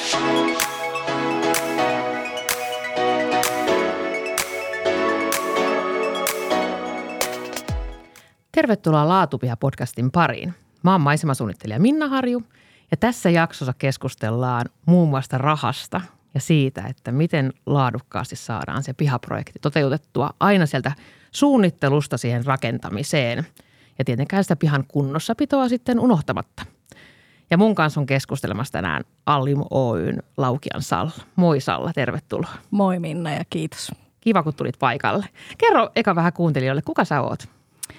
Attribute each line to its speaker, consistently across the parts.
Speaker 1: Tervetuloa Laatupiha-podcastin pariin. Mä oon maisemasuunnittelija Minna Harju ja tässä jaksossa keskustellaan muun muassa rahasta ja siitä, että miten laadukkaasti saadaan se pihaprojekti toteutettua aina sieltä suunnittelusta siihen rakentamiseen ja tietenkään sitä pihan kunnossapitoa sitten unohtamatta. Ja mun kanssa on keskustelemassa tänään Allium Oyn Laukian Salla. Moi Salla, tervetuloa.
Speaker 2: Moi Minna ja kiitos.
Speaker 1: Kiva, kun tulit paikalle. Kerro eka vähän kuuntelijoille, kuka sä oot?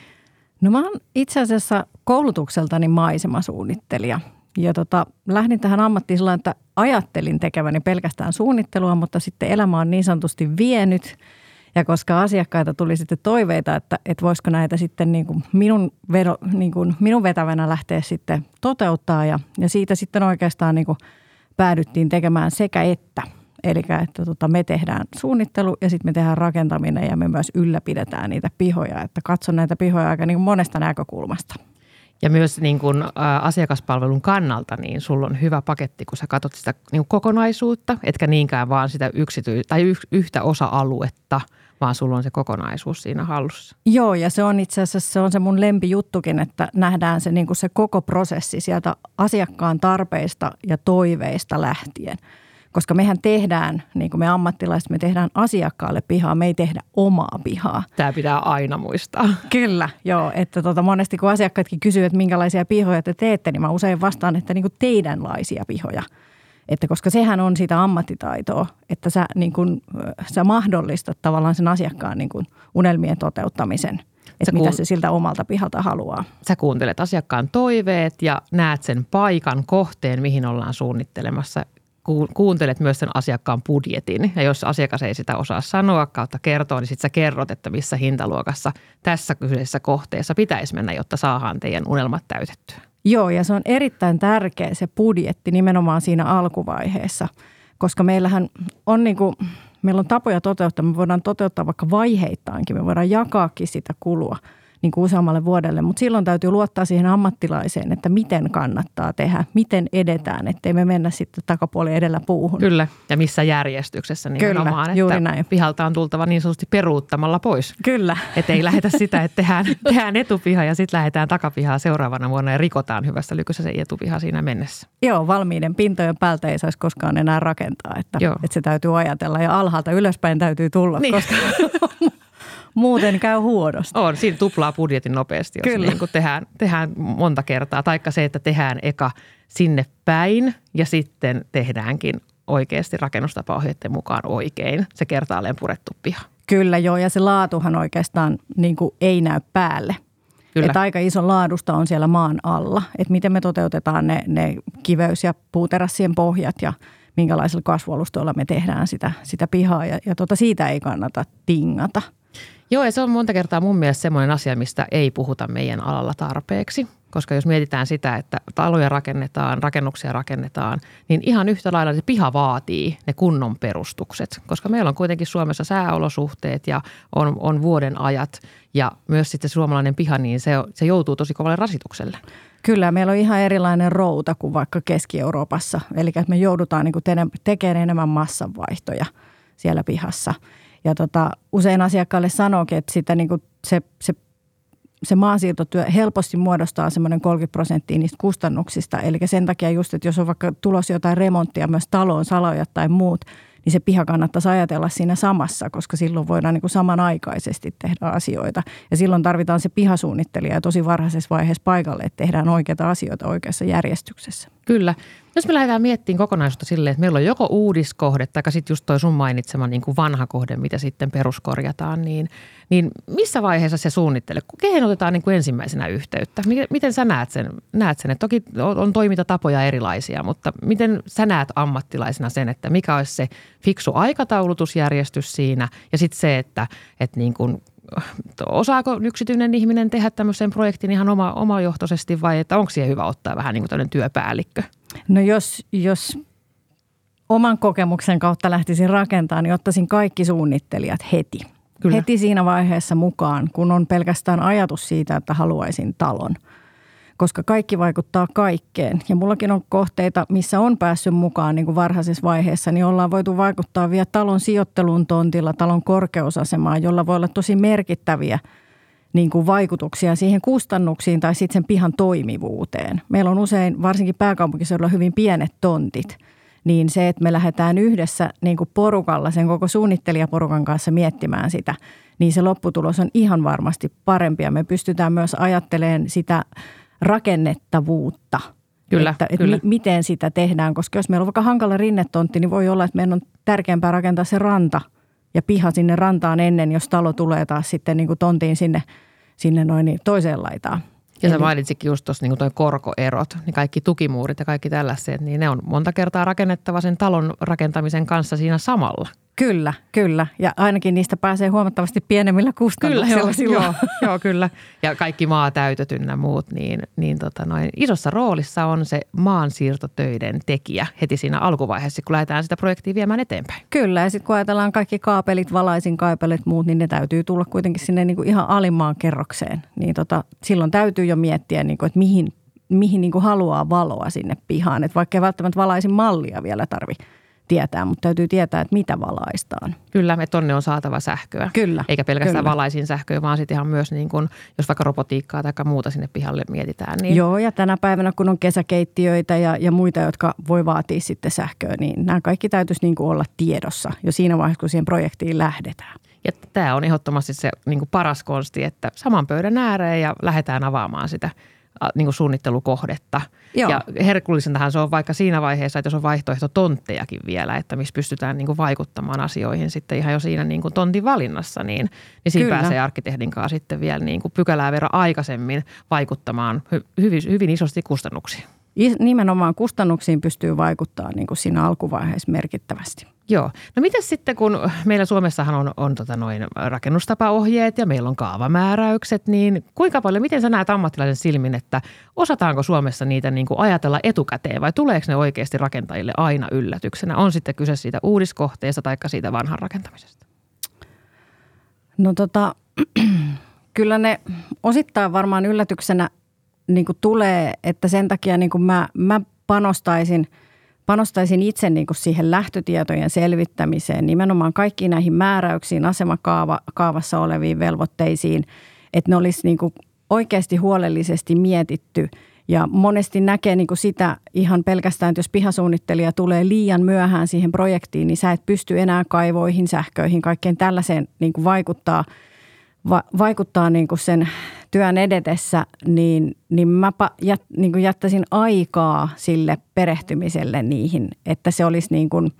Speaker 2: No mä oon itse asiassa koulutukseltani maisemasuunnittelija ja lähdin tähän ammattiin sillä, että ajattelin tekeväni pelkästään suunnittelua, mutta sitten elämä on niin sanotusti vienyt ja koska asiakkaita tuli sitten toiveita, että voisiko näitä sitten niin kuin minun vetävänä lähteä sitten toteuttaa ja siitä sitten oikeastaan niin kuin päädyttiin tekemään sekä että. Eli että me tehdään suunnittelu ja sitten me tehdään rakentaminen ja me myös ylläpidetään niitä pihoja. Että katson näitä pihoja aika niin kuin monesta näkökulmasta.
Speaker 1: Ja myös niin kuin asiakaspalvelun kannalta, niin sulla on hyvä paketti, kun sä katsot sitä niin kuin kokonaisuutta, etkä niinkään vaan sitä yhtä osa-aluetta, vaan sulla on se kokonaisuus siinä hallussa.
Speaker 2: Joo, ja se on itse asiassa se mun lempijuttukin, että nähdään se, niin kuin se koko prosessi sieltä asiakkaan tarpeista ja toiveista lähtien. Koska mehän tehdään, niin kuin me ammattilaiset, me tehdään asiakkaalle pihaa, me ei tehdä omaa pihaa.
Speaker 1: Tämä pitää aina muistaa.
Speaker 2: Kyllä, joo. Että monesti kun asiakkaatkin kysyy, että minkälaisia pihoja te teette, niin mä usein vastaan, että niin kuin teidänlaisia pihoja. Että koska sehän on sitä ammattitaitoa, että sä mahdollistat tavallaan sen asiakkaan niin kuin unelmien toteuttamisen. Että mitä se siltä omalta pihalta haluaa.
Speaker 1: Sä kuuntelet asiakkaan toiveet ja näet sen paikan, kohteen, mihin ollaan suunnittelemassa. Kuuntelet myös sen asiakkaan budjetin ja jos asiakas ei sitä osaa sanoa kautta kertoa, niin sitten sä kerrot, että missä hintaluokassa tässä kyseisessä kohteessa pitäisi mennä, jotta saadaan teidän unelmat täytettyä.
Speaker 2: Joo, ja se on erittäin tärkeä se budjetti nimenomaan siinä alkuvaiheessa, koska meillähän on meillä on tapoja toteuttaa, me voidaan toteuttaa vaikka vaiheittaankin, me voidaan jakaakin sitä kulua niin kuin useammalle vuodelle, mutta silloin täytyy luottaa siihen ammattilaiseen, että miten kannattaa tehdä, miten edetään, ettei me mennä sitten takapuoli edellä puuhun.
Speaker 1: Kyllä, ja missä järjestyksessä nimenomaan,
Speaker 2: kyllä, juuri näin.
Speaker 1: Pihalta on tultava niin sanotusti peruuttamalla pois.
Speaker 2: Kyllä.
Speaker 1: Että ei lähdetä sitä, että tehdään etupiha ja sitten lähdetään takapihaa seuraavana vuonna ja rikotaan hyvässä lykyssä se etupiha siinä mennessä.
Speaker 2: Joo, valmiiden pintojen päältä ei saisi koskaan enää rakentaa, että se täytyy ajatella ja alhaalta ylöspäin täytyy tulla, niin. Koska muuten käy huonosti.
Speaker 1: On, siinä tuplaa budjetin nopeasti, jos niin kuin tehdään monta kertaa. Taikka se, että tehdään eka sinne päin ja sitten tehdäänkin oikeasti rakennustapaohjeiden mukaan oikein se kertaalleen purettu piha.
Speaker 2: Kyllä joo, ja se laatuhan oikeastaan niin kuin ei näy päälle. Että aika iso laadusta on siellä maan alla. Että miten me toteutetaan ne kiveys- ja puuterassien pohjat ja minkälaisilla kasvualustoilla me tehdään sitä pihaa. Ja siitä ei kannata tingata.
Speaker 1: Joo, ja se on monta kertaa mun mielestä semmoinen asia, mistä ei puhuta meidän alalla tarpeeksi. Koska jos mietitään sitä, että taloja rakennetaan, rakennuksia rakennetaan, niin ihan yhtä lailla se piha vaatii ne kunnon perustukset. Koska meillä on kuitenkin Suomessa sääolosuhteet ja on vuoden ajat ja myös sitten suomalainen piha, niin se joutuu tosi kovalle rasitukselle.
Speaker 2: Kyllä, meillä on ihan erilainen routa kuin vaikka Keski-Euroopassa. Eli me joudutaan tekemään enemmän massanvaihtoja siellä pihassa. Ja usein asiakkaalle sanookin, että sitä se maansiirtotyö helposti muodostaa semmoinen 30% niistä kustannuksista. Eli sen takia just, että jos on vaikka tulossa jotain remonttia myös taloon, saloja tai muut, niin se piha kannattaisi ajatella siinä samassa, koska silloin voidaan niin kuin samanaikaisesti tehdä asioita. Ja silloin tarvitaan se pihasuunnittelija tosi varhaisessa vaiheessa paikalle, että tehdään oikeita asioita oikeassa järjestyksessä.
Speaker 1: Kyllä. Jos me lähdetään miettimään kokonaisuutta silleen, että meillä on joko uudiskohde tai sitten just toi sun mainitsema niin kuin vanha kohde, mitä sitten peruskorjataan, niin missä vaiheessa se suunnittelee? Kehen otetaan niin kuin ensimmäisenä yhteyttä? Miten sä näet sen? Että toki on toimintatapoja erilaisia, mutta miten sä näet ammattilaisena sen, että mikä olisi se fiksu aikataulutusjärjestys siinä ja sitten se, että niin kuin osaako yksityinen ihminen tehdä tämmöisen projektin ihan omajohtoisesti vai että onko siihen hyvä ottaa vähän niin kuin tämmöinen työpäällikkö?
Speaker 2: No jos oman kokemuksen kautta lähtisin rakentamaan, niin ottaisin kaikki suunnittelijat heti. Kyllä. Heti siinä vaiheessa mukaan, kun on pelkästään ajatus siitä, että haluaisin talon. koska kaikki vaikuttaa kaikkeen. Ja mullakin on kohteita, missä on päässyt mukaan niin kuin varhaisessa vaiheessa, niin ollaan voitu vaikuttaa vielä talon sijoittelun tontilla, talon korkeusasemaan, jolla voi olla tosi merkittäviä niin kuin vaikutuksia siihen kustannuksiin tai sitten sen pihan toimivuuteen. Meillä on usein, varsinkin pääkaupunkiseudulla, hyvin pienet tontit, niin se, että me lähdetään yhdessä niin kuin porukalla, sen koko suunnittelijaporukan kanssa miettimään sitä, niin se lopputulos on ihan varmasti parempi ja me pystytään myös ajattelemaan sitä rakennettavuutta.
Speaker 1: Kyllä,
Speaker 2: että miten sitä tehdään, koska jos meillä on vaikka hankala rinnetontti, niin voi olla, että meidän on tärkeämpää rakentaa se ranta ja piha sinne rantaan ennen, jos talo tulee taas sitten niin kuin tontiin sinne noin toiseen laitaan.
Speaker 1: Ja sä mainitsikin just tuossa niin toi korkoerot, niin kaikki tukimuurit ja kaikki tällaiset, niin ne on monta kertaa rakennettava sen talon rakentamisen kanssa siinä samalla.
Speaker 2: Kyllä. Ja ainakin niistä pääsee huomattavasti pienemmillä kustannuksilla silloin.
Speaker 1: Joo, kyllä. Ja kaikki maatäytöt ynnä muut, niin isossa roolissa on se maansiirtotöiden tekijä heti siinä alkuvaiheessa, kun lähdetään sitä projektia viemään eteenpäin.
Speaker 2: Kyllä, ja sitten kun ajatellaan kaikki kaapelit, valaisinkapelit, muut, niin ne täytyy tulla kuitenkin sinne niin kuin ihan alimmaan kerrokseen. Niin silloin täytyy jo miettiä, niin kuin, että mihin niin kuin haluaa valoa sinne pihaan. Että vaikka ei välttämättä valaisin mallia vielä tarvitse tietää, mutta täytyy tietää, että mitä valaistaan.
Speaker 1: Kyllä, että tonne on saatava sähköä.
Speaker 2: Kyllä.
Speaker 1: Eikä pelkästään valaisin sähköä, vaan sitten ihan myös niin kuin, jos vaikka robotiikkaa tai muuta sinne pihalle mietitään. Niin.
Speaker 2: Joo, ja tänä päivänä kun on kesäkeittiöitä ja muita, jotka voi vaatia sitten sähköä, niin nämä kaikki täytyisi niin kuin olla tiedossa jo siinä vaiheessa, kun siihen projektiin lähdetään.
Speaker 1: Ja tämä on ehdottomasti se niin kuin paras konsti, että saman pöydän ääreen ja lähdetään avaamaan sitä niin kuin suunnittelukohdetta. Joo. Ja herkullisentahan se on vaikka siinä vaiheessa, että jos on vaihtoehtotonttejakin vielä, että missä pystytään niin kuin vaikuttamaan asioihin sitten ihan jo siinä niin kuin tontin valinnassa, niin siinä pääsee arkkitehdin kanssa sitten vielä niin kuin pykälää verran aikaisemmin vaikuttamaan hyvin isosti kustannuksiin.
Speaker 2: Nimenomaan kustannuksiin pystyy vaikuttamaan niin kuin siinä alkuvaiheessa merkittävästi.
Speaker 1: Joo. No mitäs sitten, kun meillä Suomessahan on rakennustapaohjeet ja meillä on kaavamääräykset, niin kuinka paljon, miten sä näet ammattilaisen silmin, että osataanko Suomessa niitä niin kuin ajatella etukäteen vai tuleeko ne oikeasti rakentajille aina yllätyksenä? On sitten kyse siitä uudiskohteesta tai siitä vanhan rakentamisesta?
Speaker 2: No kyllä ne osittain varmaan yllätyksenä niin kuin tulee, että sen takia niin kuin mä panostaisin itse niin kuin siihen lähtötietojen selvittämiseen, nimenomaan kaikkiin näihin määräyksiin, asemakaavassa oleviin velvoitteisiin, että ne olisi niin kuin oikeasti huolellisesti mietitty. Ja monesti näkee niin kuin sitä ihan pelkästään, että jos pihasuunnittelija tulee liian myöhään siihen projektiin, niin sä et pysty enää kaivoihin, sähköihin, kaikkeen tällaiseen niin kuin vaikuttaa niin kuin sen työn edetessä, niin mä niin kuin jättäisin aikaa sille perehtymiselle niihin, että se olisi niin kuin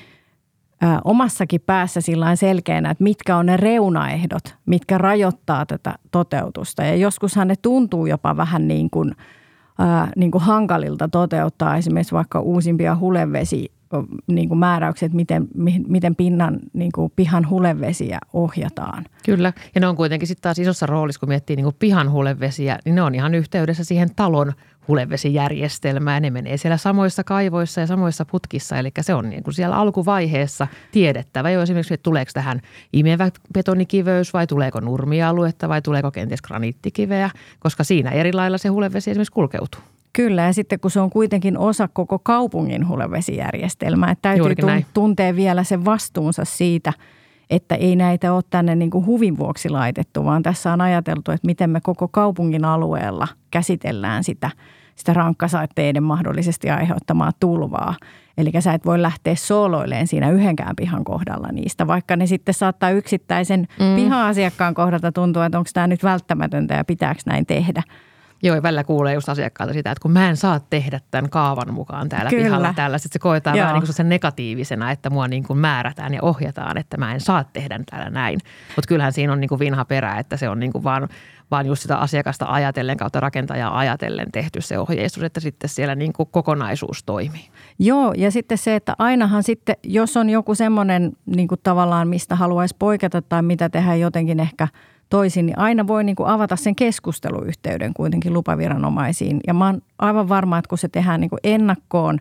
Speaker 2: omassakin päässä sillain selkeänä, että mitkä on ne reunaehdot, mitkä rajoittaa tätä toteutusta. Ja joskushan ne tuntuu jopa vähän niin kuin hankalilta toteuttaa esimerkiksi vaikka uusimpia hulevesi niin kuin määräykset, miten pinnan niin kuin pihan hulevesiä ohjataan.
Speaker 1: Kyllä, ja ne on kuitenkin sitten taas isossa roolissa, kun miettii niin kuin pihan hulevesiä, niin ne on ihan yhteydessä siihen talon hulevesijärjestelmään. Ne menee siellä samoissa kaivoissa ja samoissa putkissa, eli se on niin kuin siellä alkuvaiheessa tiedettävä jo esimerkiksi, että tuleeko tähän imevä betonikivöys vai tuleeko nurmialuetta vai tuleeko kenties graniittikiveä, koska siinä eri lailla se hulevesi esimerkiksi kulkeutuu.
Speaker 2: Kyllä, ja sitten kun se on kuitenkin osa koko kaupungin hulevesijärjestelmää, että täytyy tuntea vielä sen vastuunsa siitä, että ei näitä ole tänne niin kuin huvin vuoksi laitettu, vaan tässä on ajateltu, että miten me koko kaupungin alueella käsitellään sitä rankkasateiden mahdollisesti aiheuttamaa tulvaa. Eli sä et voi lähteä sooloilleen siinä yhdenkään pihan kohdalla niistä, vaikka ne sitten saattaa yksittäisen piha-asiakkaan kohdalta tuntua, että onko tämä nyt välttämätöntä ja pitääkö näin tehdä.
Speaker 1: Joo, ja välillä kuulee just asiakkaalta sitä, että kun mä en saa tehdä tämän kaavan mukaan täällä pihalla tällaista, että se koetaan vähän niin kuin sen negatiivisena, että mua niin kuin määrätään ja ohjataan, että mä en saa tehdä täällä näin. Mutta kyllähän siinä on niin kuin vinha perä, että se on niin kuin vaan just sitä asiakasta ajatellen kautta rakentajaa ajatellen tehty se ohjeistus, että sitten siellä niin kuin kokonaisuus toimii.
Speaker 2: Joo, ja sitten se, että ainahan sitten, jos on joku semmoinen niin kuin tavallaan, mistä haluaisi poiketa tai mitä tehdään jotenkin ehkä toisin, niin aina voi niin kuin avata sen keskusteluyhteyden kuitenkin lupaviranomaisiin. Ja mä oon aivan varma, että kun se tehdään niin kuin ennakkoon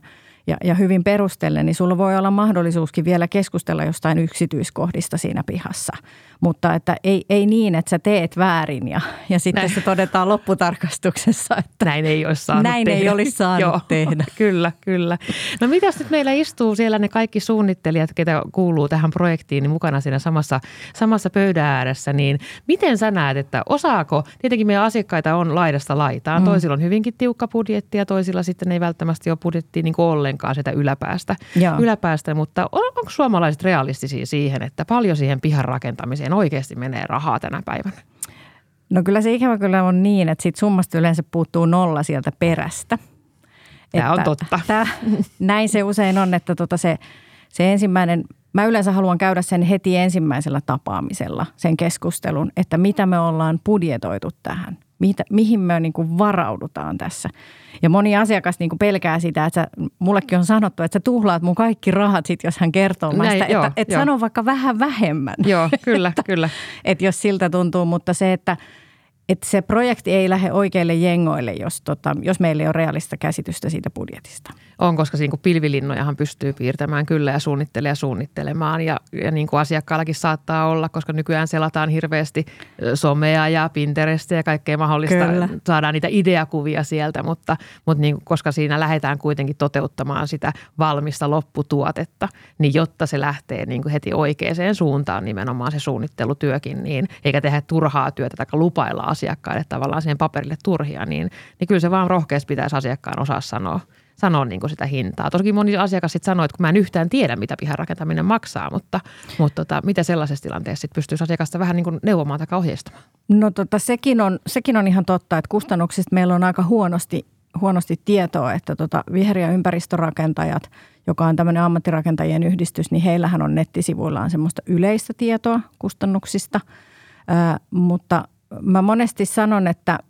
Speaker 2: ja hyvin perustellen, niin sulla voi olla mahdollisuuskin vielä keskustella jostain yksityiskohdista siinä pihassa. Mutta että ei niin, että sä teet väärin ja sitten se todetaan lopputarkastuksessa, että
Speaker 1: näin ei olisi saanut
Speaker 2: näin
Speaker 1: tehdä.
Speaker 2: ei olisi saanut tehdä.
Speaker 1: Kyllä. No mitäs nyt meillä istuu siellä ne kaikki suunnittelijat, ketä kuuluu tähän projektiin, niin mukana siinä samassa pöydän ääressä, niin miten sä näet, että osaako, tietenkin meidän asiakkaita on laidasta laitaan, toisilla on hyvinkin tiukka budjetti ja toisilla sitten ei välttämättä ole budjettia niin kuin ollenkaan sitä yläpäästä, mutta onko suomalaiset realistisia siihen, että paljon siihen pihan rakentamiseen oikeasti menee rahaa tänä päivänä?
Speaker 2: No kyllä se ikävä kyllä on niin, että siitä summasta yleensä puuttuu 0 sieltä perästä.
Speaker 1: Tämä on totta.
Speaker 2: Näin se usein on, että se ensimmäinen, mä yleensä haluan käydä sen heti ensimmäisellä tapaamisella, sen keskustelun, että mitä me ollaan budjetoitu tähän. Mihin me niin kuin varaudutaan tässä. Ja moni asiakas niin kuin pelkää sitä, että mullekin on sanottu, että sä tuhlaat mun kaikki rahat sit, jos hän kertoo sitä, että sano vaikka vähän vähemmän.
Speaker 1: Joo, kyllä.
Speaker 2: Että jos siltä tuntuu, mutta se, että se projekti ei lähde oikeille jengoille, jos meillä ei ole realista käsitystä siitä budjetista.
Speaker 1: On, koska niin kuin pilvilinnojahan pystyy piirtämään kyllä ja suunnittelemaan ja niin kuin asiakkaallakin saattaa olla, koska nykyään selataan hirveästi somea ja Pinterestia ja kaikkea mahdollista. Kyllä. Saadaan niitä ideakuvia sieltä, mutta niin kuin, koska siinä lähdetään kuitenkin toteuttamaan sitä valmista lopputuotetta, niin jotta se lähtee niin kuin heti oikeaan suuntaan nimenomaan se suunnittelutyökin, niin eikä tehdä turhaa työtä tai lupailla asiakkaille tavallaan siihen paperille turhia, niin kyllä se vaan rohkeasti pitäisi asiakkaan osaa sanoa niin kuin sitä hintaa. Toki moni asiakas sitten sanoo, että kun mä en yhtään tiedä, mitä pihan rakentaminen maksaa, mutta mitä sellaisessa tilanteessa sitten pystyisi asiakasta vähän niin kuin neuvomaan tai ohjeistamaan? No
Speaker 2: sekin on ihan totta, että kustannuksista meillä on aika huonosti tietoa, että viher- ja ympäristörakentajat, joka on tämmöinen ammattirakentajien yhdistys, niin heillähän on nettisivuillaan semmoista yleistä tietoa kustannuksista, mutta mä monesti sanon, että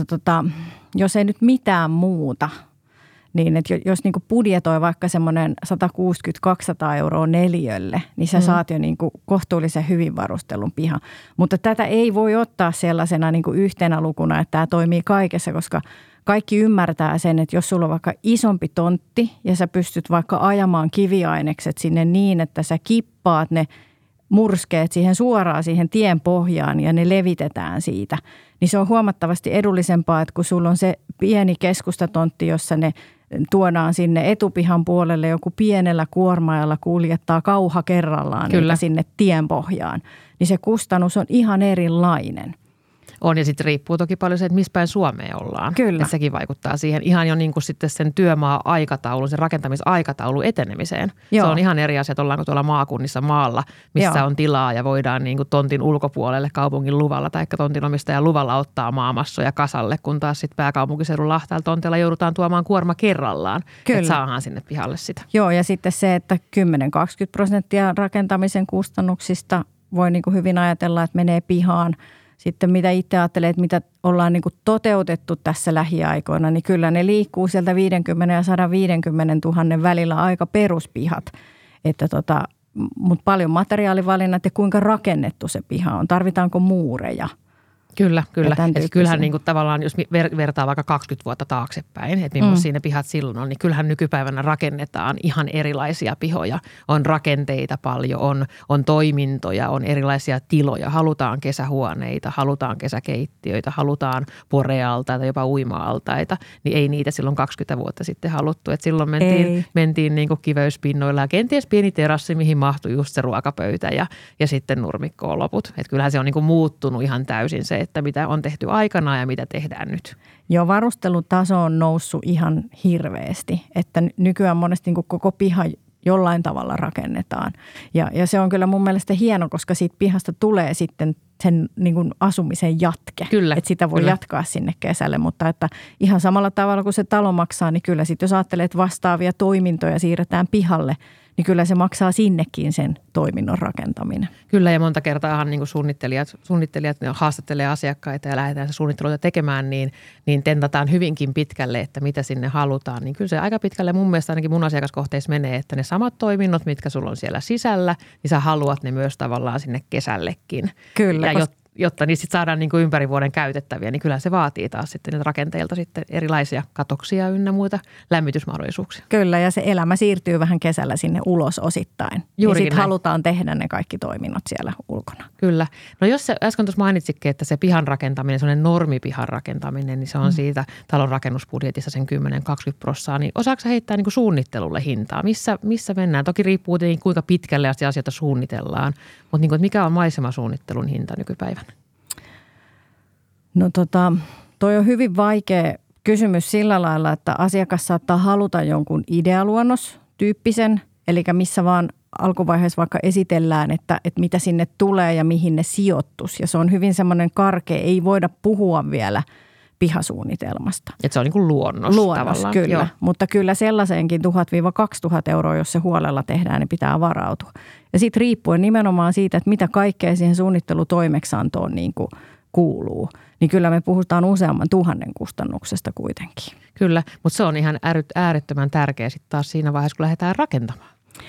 Speaker 2: jos ei nyt mitään muuta, niin että jos niin kuin budjetoi vaikka semmoinen 160-200 euroa neliölle, niin sä saat jo niin kuin kohtuullisen hyvin varustelun pihan. Mutta tätä ei voi ottaa sellaisena niin kuin yhtenä lukuna, että tämä toimii kaikessa, koska kaikki ymmärtää sen, että jos sulla on vaikka isompi tontti ja sä pystyt vaikka ajamaan kiviainekset sinne niin, että sä kippaat ne murskeet suoraan siihen tien pohjaan ja ne levitetään siitä, niin se on huomattavasti edullisempaa, että kun sulla on se pieni keskustatontti, jossa ne tuodaan sinne etupihan puolelle, joku pienellä kuormaajalla kuljettaa kauha kerrallaan sinne tien pohjaan, niin se kustannus on ihan erilainen.
Speaker 1: On ja sitten riippuu toki paljon se, että missä päin Suomeen ollaan.
Speaker 2: Kyllä.
Speaker 1: Että sekin vaikuttaa siihen ihan jo niin kuin sitten sen työmaa-aikataulun, sen rakentamisaikataulun etenemiseen. Joo. Se on ihan eri asia, että ollaanko tuolla maakunnissa maalla, missä on tilaa ja voidaan niin kuin tontin ulkopuolelle kaupungin luvalla tai tontinomistajan luvalla ottaa maamassoja kasalle, kun taas sitten pääkaupunkiseudun Lahtaalla tontilla joudutaan tuomaan kuorma kerrallaan, että saadaan sinne pihalle sitä.
Speaker 2: Joo ja sitten se, että 10-20% rakentamisen kustannuksista voi niin kuin hyvin ajatella, että menee pihaan. Sitten mitä itse ajattelee, että mitä ollaan niin kuin toteutettu tässä lähiaikoina, niin kyllä ne liikkuu sieltä 50 ja 150 000 välillä aika peruspihat. Mutta paljon materiaalivalinnat ja kuinka rakennettu se piha on. Tarvitaanko muureja?
Speaker 1: Kyllä. Kyllähän niin kuin tavallaan, jos vertaa vaikka 20 vuotta taaksepäin, että millaisia siinä pihat silloin on, niin kyllähän nykypäivänä rakennetaan ihan erilaisia pihoja. On rakenteita paljon, on toimintoja, on erilaisia tiloja. Halutaan kesähuoneita, halutaan kesäkeittiöitä, halutaan porealtaita, jopa uima-altaita. Niin ei niitä silloin 20 vuotta sitten haluttu. Et silloin mentiin niin kuin kiveyspinnoilla ja kenties pieni terassi, mihin mahtui just se ruokapöytä ja sitten nurmikkoon loput. Et kyllähän se on niin kuin muuttunut ihan täysin se, että mitä on tehty aikanaan ja mitä tehdään nyt.
Speaker 2: Joo, varustelutaso on noussut ihan hirveästi, että nykyään monesti niin kuin koko piha jollain tavalla rakennetaan. Ja se on kyllä mun mielestä hieno, koska siitä pihasta tulee sitten sen niin kuin asumisen jatke.
Speaker 1: Kyllä.
Speaker 2: Että sitä voi jatkaa sinne kesälle, mutta että ihan samalla tavalla kuin se talo maksaa, niin kyllä sitten jos ajattelee, että vastaavia toimintoja siirretään pihalle, niin kyllä se maksaa sinnekin sen toiminnon rakentaminen.
Speaker 1: Kyllä ja monta kertaahan niin kuin suunnittelijat haastattelee asiakkaita ja lähdetään se suunnitteluita tekemään, niin tentataan hyvinkin pitkälle, että mitä sinne halutaan. Niin kyllä se aika pitkälle mun mielestä ainakin mun asiakaskohteissa menee, että ne samat toiminnot, mitkä sulla on siellä sisällä, niin sä haluat ne myös tavallaan sinne kesällekin.
Speaker 2: Kyllä.
Speaker 1: Ja jotta niistä sit saadaan niin kuin ympäri vuoden käytettäviä, niin kyllä se vaatii taas sitten niiltä rakenteilta sitten erilaisia katoksia ynnä muita lämmitysmahdollisuuksia.
Speaker 2: Kyllä, ja se elämä siirtyy vähän kesällä sinne ulos osittain.
Speaker 1: Juurikin
Speaker 2: ja sitten halutaan tehdä ne kaikki toiminnot siellä ulkona.
Speaker 1: Kyllä. No jos se äsken tuossa mainitsikin, että se pihan rakentaminen, sellainen normipihan rakentaminen, niin se on siitä talon rakennusbudjetissa sen 10-20%, niin osaako heittää niin kuin suunnittelulle hintaa? Missä mennään? Toki riippuu tietenkin kuinka pitkälle asioita suunnitellaan, mutta niin kuin, että mikä on maisemasuunnittelun hinta nykypäivänä?
Speaker 2: No toi on hyvin vaikea kysymys sillä lailla, että asiakas saattaa haluta jonkun idealuonnos-tyyppisen, eli missä vaan alkuvaiheessa vaikka esitellään, että mitä sinne tulee ja mihin ne sijoittuisi. Ja se on hyvin semmoinen karkea, ei voida puhua vielä pihasuunnitelmasta.
Speaker 1: Että se on niin kuin luonnos tavallaan.
Speaker 2: Kyllä,
Speaker 1: Joo.
Speaker 2: mutta kyllä sellaiseenkin 1,000–2,000 euroa, jos se huolella tehdään, niin pitää varautua. Ja sitten riippuen nimenomaan siitä, että mitä kaikkea siihen suunnittelutoimeksiantoon niin kuin kuuluu, niin kyllä me puhutaan useamman 1000 kustannuksesta kuitenkin.
Speaker 1: Kyllä, mutta se on ihan äärettömän tärkeä sitten taas siinä vaiheessa, kun lähdetään rakentamaan.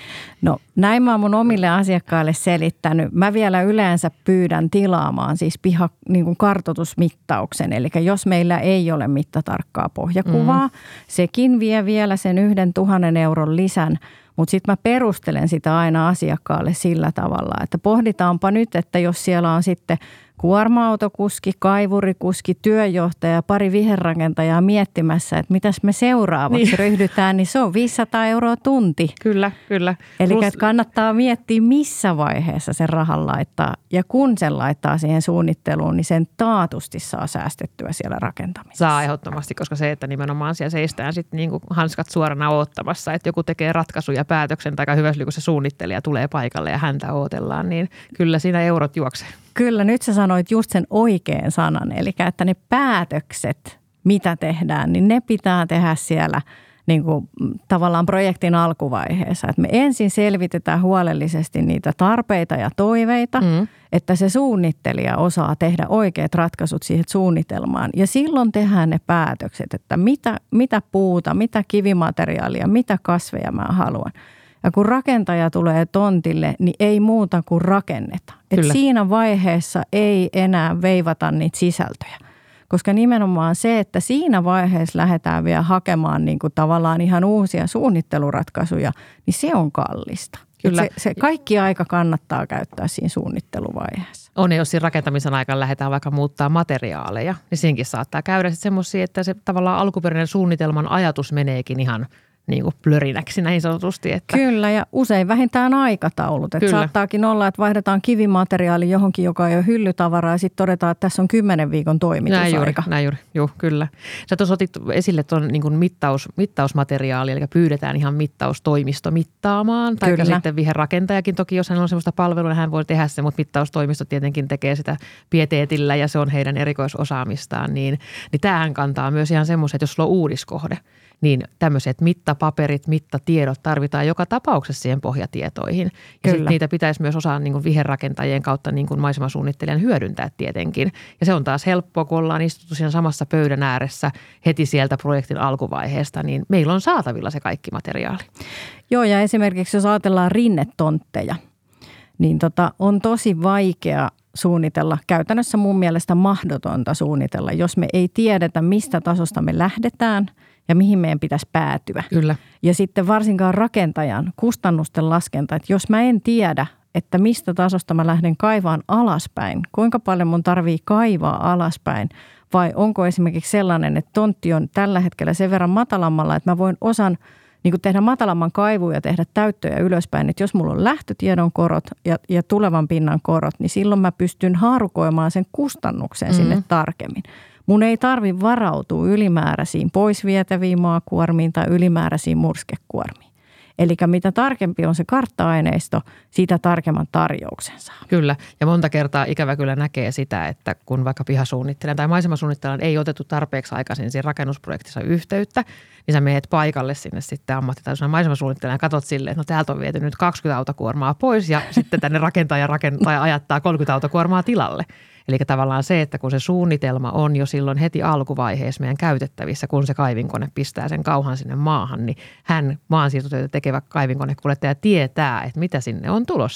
Speaker 2: No näin mä oon mun omille asiakkaille selittänyt. Mä vielä yleensä pyydän tilaamaan siis niin kuin kartoitusmittauksen. Eli jos meillä ei ole mittatarkkaa pohjakuvaa, sekin vie vielä sen 1,000 euron lisän. Mutta sitten mä perustelen sitä aina asiakkaalle sillä tavalla, että pohditaanpa nyt, että jos siellä on sitten kuorma-autokuski, kaivurikuski, työjohtaja, pari viherrakentajaa miettimässä, että mitäs me seuraavaksi ryhdytään, niin se on 500 euroa tunti.
Speaker 1: Kyllä.
Speaker 2: Eli kannattaa miettiä, missä vaiheessa sen rahan laittaa. Ja kun sen laittaa siihen suunnitteluun, niin sen taatusti saa säästettyä siellä rakentamisessa.
Speaker 1: Saa ehdottomasti, koska se, että nimenomaan siellä seistään sitten niin kuin hanskat suorana oottamassa, että joku tekee ratkaisun ja päätöksen, tai hyvä, kun se suunnittelija tulee paikalle ja häntä ootellaan, niin kyllä siinä eurot juoksee.
Speaker 2: Kyllä, nyt sä sanoit just sen oikean sanan, eli että ne päätökset, mitä tehdään, niin ne pitää tehdä siellä niin kuin tavallaan projektin alkuvaiheessa. Että me ensin selvitetään huolellisesti niitä tarpeita ja toiveita, että se suunnittelija osaa tehdä oikeat ratkaisut siihen suunnitelmaan. Ja silloin tehdään ne päätökset, että mitä puuta, mitä kivimateriaalia, mitä kasveja mä haluan. Ja kun rakentaja tulee tontille, niin ei muuta kuin rakenneta. Et siinä vaiheessa ei enää veivata niitä sisältöjä. Koska nimenomaan se, että siinä vaiheessa lähdetään vielä hakemaan niin kuin tavallaan ihan uusia suunnitteluratkaisuja, niin se on kallista. Kyllä. Se kaikki aika kannattaa käyttää siinä suunnitteluvaiheessa.
Speaker 1: On, jos siinä rakentamisen aikana lähdetään vaikka muuttaa materiaaleja, niin siinäkin saattaa käydä sitten semmoisia, että se tavallaan alkuperäinen suunnitelman ajatus meneekin ihan niin kuin plörinäksi näin sanotusti. Että
Speaker 2: Kyllä, ja usein vähintään aikataulut. Että saattaakin olla, että vaihdetaan kivimateriaali johonkin, joka ei ole hyllytavaraa, ja sitten todetaan, että tässä on 10 viikon toimitusaika.
Speaker 1: Näin juuri, joo, kyllä. Sä tuossa otit esille tuon niin kuin mittausmateriaali, eli pyydetään ihan mittaustoimisto mittaamaan. Tai sitten viherrakentajakin toki, jos hän on sellaista palvelua, hän voi tehdä se, mutta mittaustoimisto tietenkin tekee sitä pieteetillä, ja se on heidän erikoisosaamistaan. Niin tämähän kantaa myös ihan semmoiset, että jos sulla on uudiskohde, niin tämmöiset mittapaperit, mittatiedot tarvitaan joka tapauksessa siihen pohjatietoihin. Ja sitten niitä pitäisi myös osaa niin kuin viherrakentajien kautta niin kuin maisemasuunnittelijan hyödyntää tietenkin. Ja se on taas helppoa, kun ollaan istuttu siinä samassa pöydän ääressä heti sieltä projektin alkuvaiheesta, niin meillä on saatavilla se kaikki materiaali.
Speaker 2: Joo, ja esimerkiksi jos ajatellaan rinnetontteja, niin on tosi vaikea suunnitella, käytännössä mun mielestä mahdotonta suunnitella, jos me ei tiedetä, mistä tasosta me lähdetään ja mihin meidän pitäisi päätyä.
Speaker 1: Kyllä.
Speaker 2: Ja sitten varsinkaan rakentajan kustannusten laskenta, että jos mä en tiedä, että mistä tasosta mä lähden kaivaan alaspäin, kuinka paljon mun tarvii kaivaa alaspäin, vai onko esimerkiksi sellainen, että tontti on tällä hetkellä sen verran matalammalla, että mä voin osan niin kuin tehdä matalamman kaivun ja tehdä täyttöjä ylöspäin, että jos mulla on lähtötiedon korot ja tulevan pinnan korot, niin silloin mä pystyn haarukoimaan sen kustannuksen sinne tarkemmin. Mun ei tarvitse varautua ylimääräisiin poisvietäviin maakuormiin tai ylimääräisiin murskekuormiin. Eli mitä tarkempi on se kartta-aineisto, sitä tarkemman tarjouksen saa.
Speaker 1: Kyllä, ja monta kertaa ikävä kyllä näkee sitä, että kun vaikka pihasuunnittelijan tai maisemasuunnittelijan ei otettu tarpeeksi aikaisin siinä rakennusprojektissa yhteyttä, niin sä menet paikalle sinne sitten ammattitaitoisena maisemasuunnittelijan ja katsot silleen, että no täältä on viety nyt 20 autokuormaa pois ja sitten tänne rakentaja ajattaa 30 autokuormaa tilalle. Eli tavallaan se, että kun se suunnitelma on jo silloin heti alkuvaiheessa meidän käytettävissä, kun se kaivinkone pistää sen kauhan sinne maahan, niin hän maansiirtotyötä tekevä kaivinkonekuljettaja tietää, että mitä sinne on tulossa.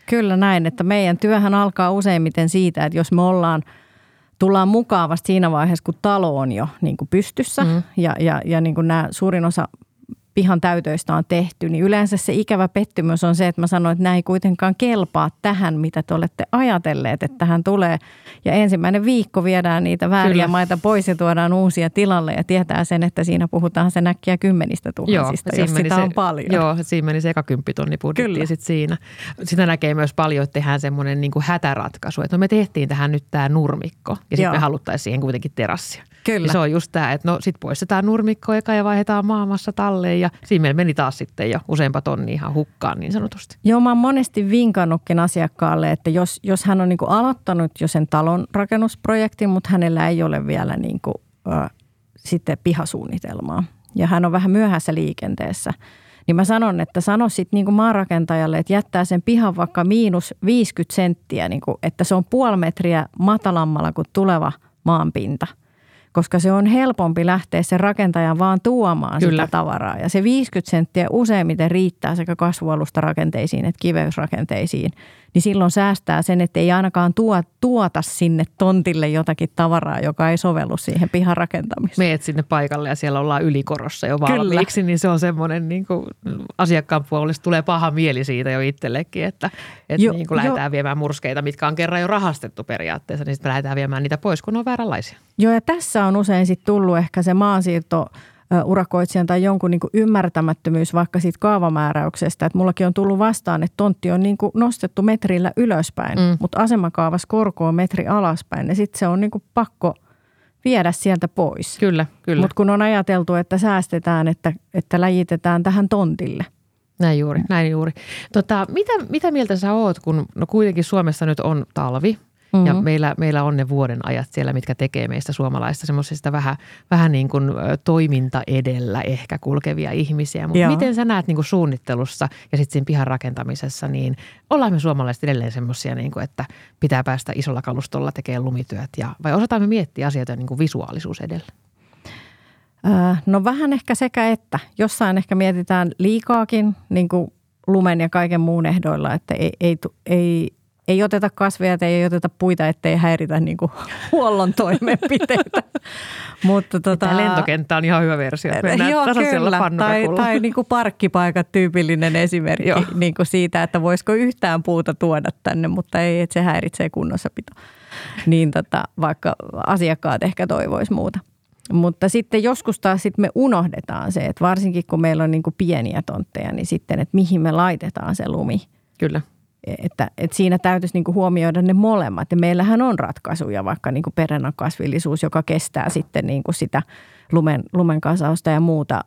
Speaker 2: Kyllä näin, että meidän työhän alkaa useimmiten siitä, että jos me tullaan mukaan vasta siinä vaiheessa, kun talo on jo niin kuin pystyssä ja niin kuin nämä suurin osa pihan täytöistä on tehty, niin yleensä se ikävä pettymys on se, että mä sanoin, että nämä ei kuitenkaan kelpaa tähän, mitä te olette ajatelleet, että tähän tulee. Ja ensimmäinen viikko viedään niitä vääriä maita pois ja tuodaan uusia tilalle ja tietää sen, että siinä puhutaan sen äkkiä 10 000, jos sitä on paljon.
Speaker 1: Joo, siinä meni se eka 10 000 budjettia sitten siinä. Sitä näkee myös paljon, että tehdään semmoinen niin kuin hätäratkaisu, että no me tehtiin tähän nyt tämä nurmikko ja sitten me haluttaisiin siihen kuitenkin terassia.
Speaker 2: Kyllä.
Speaker 1: Ja se on just tämä, että no sit poistetaan nurmikko eka ja vaihdetaan maamassa talleen ja siinä meillä meni taas sitten jo useampa tonni ihan hukkaan niin sanotusti.
Speaker 2: Joo, mä oon monesti vinkannutkin asiakkaalle, että jos hän on niin kuin aloittanut jo sen talon rakennusprojektin, mutta hänellä ei ole vielä niin kuin, sitten pihasuunnitelmaa ja hän on vähän myöhässä liikenteessä, niin mä sanon, että sano sitten niin kuin maanrakentajalle, että jättää sen pihan vaikka -50 senttiä, niin kuin, että se on 0,5 metriä matalammalla kuin tuleva maanpinta. Koska se on helpompi lähteä sen rakentajan vaan tuomaan sitä tavaraa. Ja se 50 senttiä useimmiten riittää sekä kasvualustarakenteisiin että kiveysrakenteisiin. Niin silloin säästää sen, että ei ainakaan tuota sinne tontille jotakin tavaraa, joka ei sovellu siihen pihan rakentamiseen.
Speaker 1: Meet sinne paikalle ja siellä ollaan ylikorossa jo valmiiksi, niin se on semmoinen niin kuin asiakkaan puolesta tulee paha mieli siitä jo itsellekin, että niin kuin lähdetään viemään murskeita, mitkä on kerran jo rahastettu periaatteessa, niin sitten me lähdetään viemään niitä pois, kun on vääränlaisia.
Speaker 2: Joo, ja tässä on usein sitten tullut ehkä se maansiirto urakoitsijan tai jonkun niin kuin ymmärtämättömyys vaikka siitä kaavamääräyksestä. Että mullakin on tullut vastaan, että tontti on niin kuin nostettu metrillä ylöspäin, mutta asemakaavassa korko on metri alaspäin. Ja sitten se on niin kuin pakko viedä sieltä pois.
Speaker 1: Kyllä.
Speaker 2: Mutta kun on ajateltu, että säästetään, että läjitetään tähän tontille.
Speaker 1: Näin juuri. Mitä mieltä sä oot, kun no kuitenkin Suomessa nyt on talvi? Ja meillä on ne vuoden ajat siellä, mitkä tekee meistä suomalaista semmoisista vähän niin kuin toiminta edellä ehkä kulkevia ihmisiä. Mutta miten sä näet niin kuin suunnittelussa ja sitten siinä pihan rakentamisessa, niin ollaan me suomalaiset edelleen semmoisia, niin kuin, että pitää päästä isolla kalustolla tekemään lumityöt vai osataan me miettiä asioita niin kuin visuaalisuus edellä?
Speaker 2: No vähän ehkä sekä että. Jossain ehkä mietitään liikaakin niin kuin lumen ja kaiken muun ehdoilla, että ei oteta kasveja, ei oteta puita, ettei häiritä niin kuin huollon toimenpiteitä. Mutta
Speaker 1: tämä lentokenttä on ihan hyvä versio. Mennään tasaisella pannukakulla.
Speaker 2: Tai niin kuin parkkipaikat, tyypillinen esimerkki niin kuin siitä, että voisiko yhtään puuta tuoda tänne, mutta ei, että se häiritsee kunnossapito. Niin vaikka asiakkaat ehkä toivoisi muuta. Mutta sitten joskus taas me unohdetaan se, että varsinkin kun meillä on niin kuin pieniä tontteja, niin sitten, että mihin me laitetaan se lumi.
Speaker 1: Kyllä.
Speaker 2: Että siinä täytyisi niinku huomioida ne molemmat. Ja meillähän on ratkaisuja, vaikka niinku perennakasvillisuus, joka kestää sitten niinku sitä lumen kasausta ja muuta.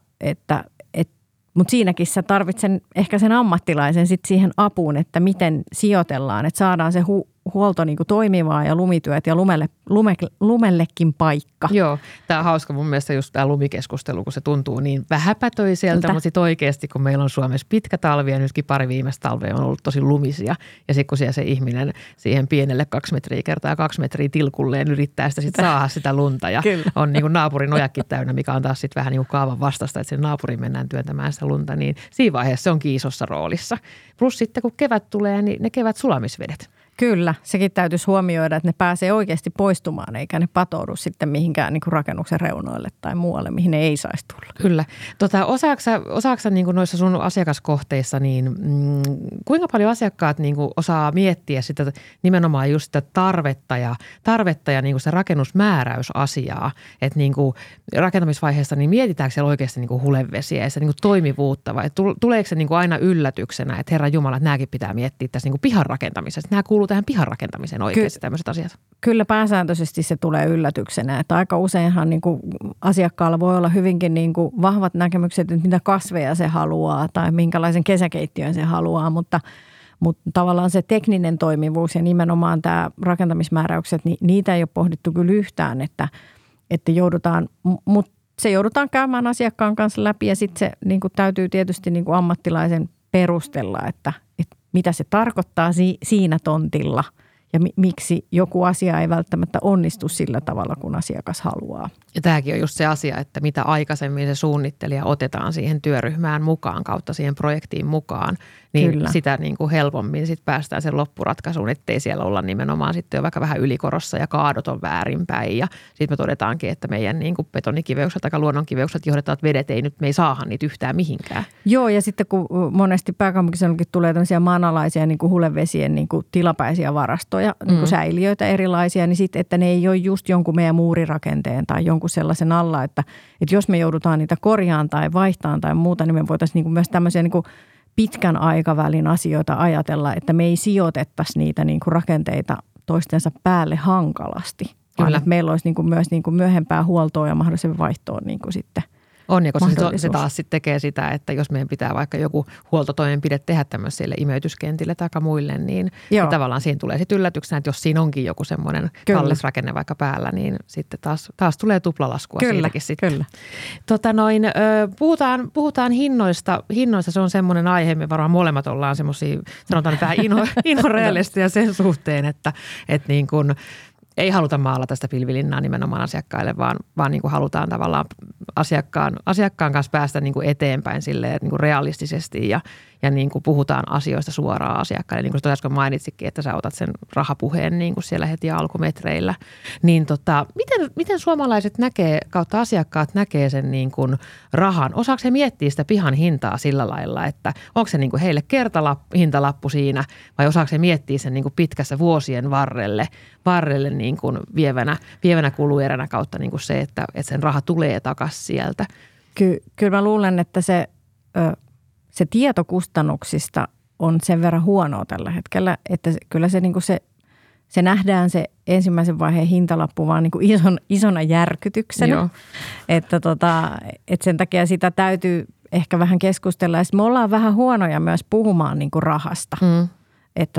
Speaker 2: Mutta siinäkin sä tarvitsen ehkä sen ammattilaisen sit siihen apuun, että miten sijoitellaan, että saadaan se huolto niinku toimivaa ja lumityöt ja lumellekin paikka.
Speaker 1: Joo, tämä on hauska mun mielestä just tämä lumikeskustelu, kun se tuntuu niin vähäpätöiseltä, mutta sitten oikeasti kun meillä on Suomessa pitkä talvi ja nytkin pari viimeistä talvea on ollut tosi lumisia ja sitten kun siellä se ihminen siihen pienelle 2 metriä kertaa 2 metriä tilkulleen yrittää sitä sitten saada sitä lunta ja on niin kuin naapurin ojakki täynnä, mikä on taas sitten vähän niin kuin kaavan vastasta, että sen naapuriin mennään työntämään sitä lunta, niin siinä vaiheessa se on isossa roolissa. Plus sitten kun kevät tulee, niin ne kevät sulamisvedet.
Speaker 2: Kyllä, sekin täytyisi huomioida, että ne pääsee oikeasti poistumaan, eikä ne patoudu sitten mihinkään niin kuin rakennuksen reunoille tai muualle, mihin ne ei saisi tulla.
Speaker 1: Kyllä. Osaatko niin kuin noissa sun asiakaskohteissa, niin kuinka paljon asiakkaat niin kuin osaa miettiä sitä nimenomaan just sitä tarvetta ja niin kuin sitä rakennusmääräysasiaa, että niin kuin rakentamisvaiheessa niin mietitäänkö siellä oikeasti niin kuin hulevesiä ja sitä niin kuin toimivuutta vai tuleeko se niin kuin aina yllätyksenä, että Herran Jumala, että nämäkin pitää miettiä tässä niin kuin pihan rakentamisessa. Nämä kuuluu tähän pihan rakentamiseen oikeasti tämmöiset asiat.
Speaker 2: Kyllä pääsääntöisesti se tulee yllätyksenä, että aika useinhan niin kuin asiakkaalla voi olla hyvinkin niin kuin vahvat näkemykset, että mitä kasveja se haluaa tai minkälaisen kesäkeittiön se haluaa, mutta tavallaan se tekninen toimivuus ja nimenomaan tämä rakentamismääräykset, niin niitä ei ole pohdittu kyllä yhtään, että joudutaan, mutta se joudutaan käymään asiakkaan kanssa läpi ja sitten se niin kuin täytyy tietysti niin kuin ammattilaisen perustella, että mitä se tarkoittaa siinä tontilla ja miksi joku asia ei välttämättä onnistu sillä tavalla, kun asiakas haluaa.
Speaker 1: Ja tämäkin on just se asia, että mitä aikaisemmin se suunnittelija otetaan siihen työryhmään mukaan kautta siihen projektiin mukaan, niin Kyllä. sitä niin kuin helpommin sit päästään sen loppuratkaisuun, ettei siellä olla nimenomaan sitten jo vaikka vähän ylikorossa ja kaadot on väärinpäin. Ja sitten me todetaankin, että meidän niin kuin betonikiveykset tai luonnonkiveykset johdettavat vedet me ei saahan niitä yhtään mihinkään.
Speaker 2: Joo, ja sitten kun monesti pääkaupunkiseudullakin tulee tämmöisiä maanalaisia niin kuin hulevesien niin kuin tilapäisiä varastoja, niin kuin säiliöitä erilaisia, niin sitten, että ne ei ole just jonkun meidän muurirakenteen tai jonkun sellaisen alla, että jos me joudutaan niitä korjaamaan tai vaihtamaan tai muuta, niin me voitaisiin niin kuin myös tämmöisiä niin kuin pitkän aikavälin asioita ajatella, että me ei sijoitettaisi niitä niin kuin rakenteita toistensa päälle hankalasti. Kyllä. Meillä olisi niin kuin myös niin kuin myöhempää huoltoa ja mahdollisen vaihtoon niin kuin sitten
Speaker 1: on, ja koska se taas sitten tekee sitä, että jos meidän pitää vaikka joku huoltotoimenpide tehdä tämmöisille imeytyskentille tai muille, niin tavallaan siinä tulee sitten yslätyksenä, että jos siinä onkin joku semmoinen kallis rakenne vaikka päällä, niin sitten taas tulee tuplalaskua siitäkin sitten. Kyllä. Puhutaan hinnoista. Hinnoista se on semmoinen aihe, me varmaan molemmat ollaan semmoisia, sanotaan vähän inhorealisteja sen suhteen, että niin kuin ei haluta maalata tästä pilvilinnaa nimenomaan asiakkaille, vaan niin kuin halutaan tavallaan asiakkaan kanssa päästä niin kuin eteenpäin silleen, niin kuin realistisesti ja niin kuin puhutaan asioista suoraan asiakkaille. Niin kuin äsken mainitsikin, että sä otat sen rahapuheen niin kuin siellä heti alkumetreillä. Niin miten suomalaiset näkee, kautta asiakkaat näkee sen niin kuin rahan? Osaako he miettiä sitä pihan hintaa sillä lailla, että onko se niin kuin heille hintalappu siinä vai osaako he miettiä sen niin kuin pitkässä vuosien varrelle niin kuin vievänä kulueränä kautta niin kuin se, että sen raha tulee takaisin sieltä?
Speaker 2: Kyllä mä luulen, että se tietokustannuksista on sen verran huonoa tällä hetkellä, että kyllä se, niin kuin se nähdään se ensimmäisen vaiheen hintalappu vaan niin kuin isona järkytyksenä. Joo. Että sen takia sitä täytyy ehkä vähän keskustella. Ja me ollaan vähän huonoja myös puhumaan niin kuin rahasta. Että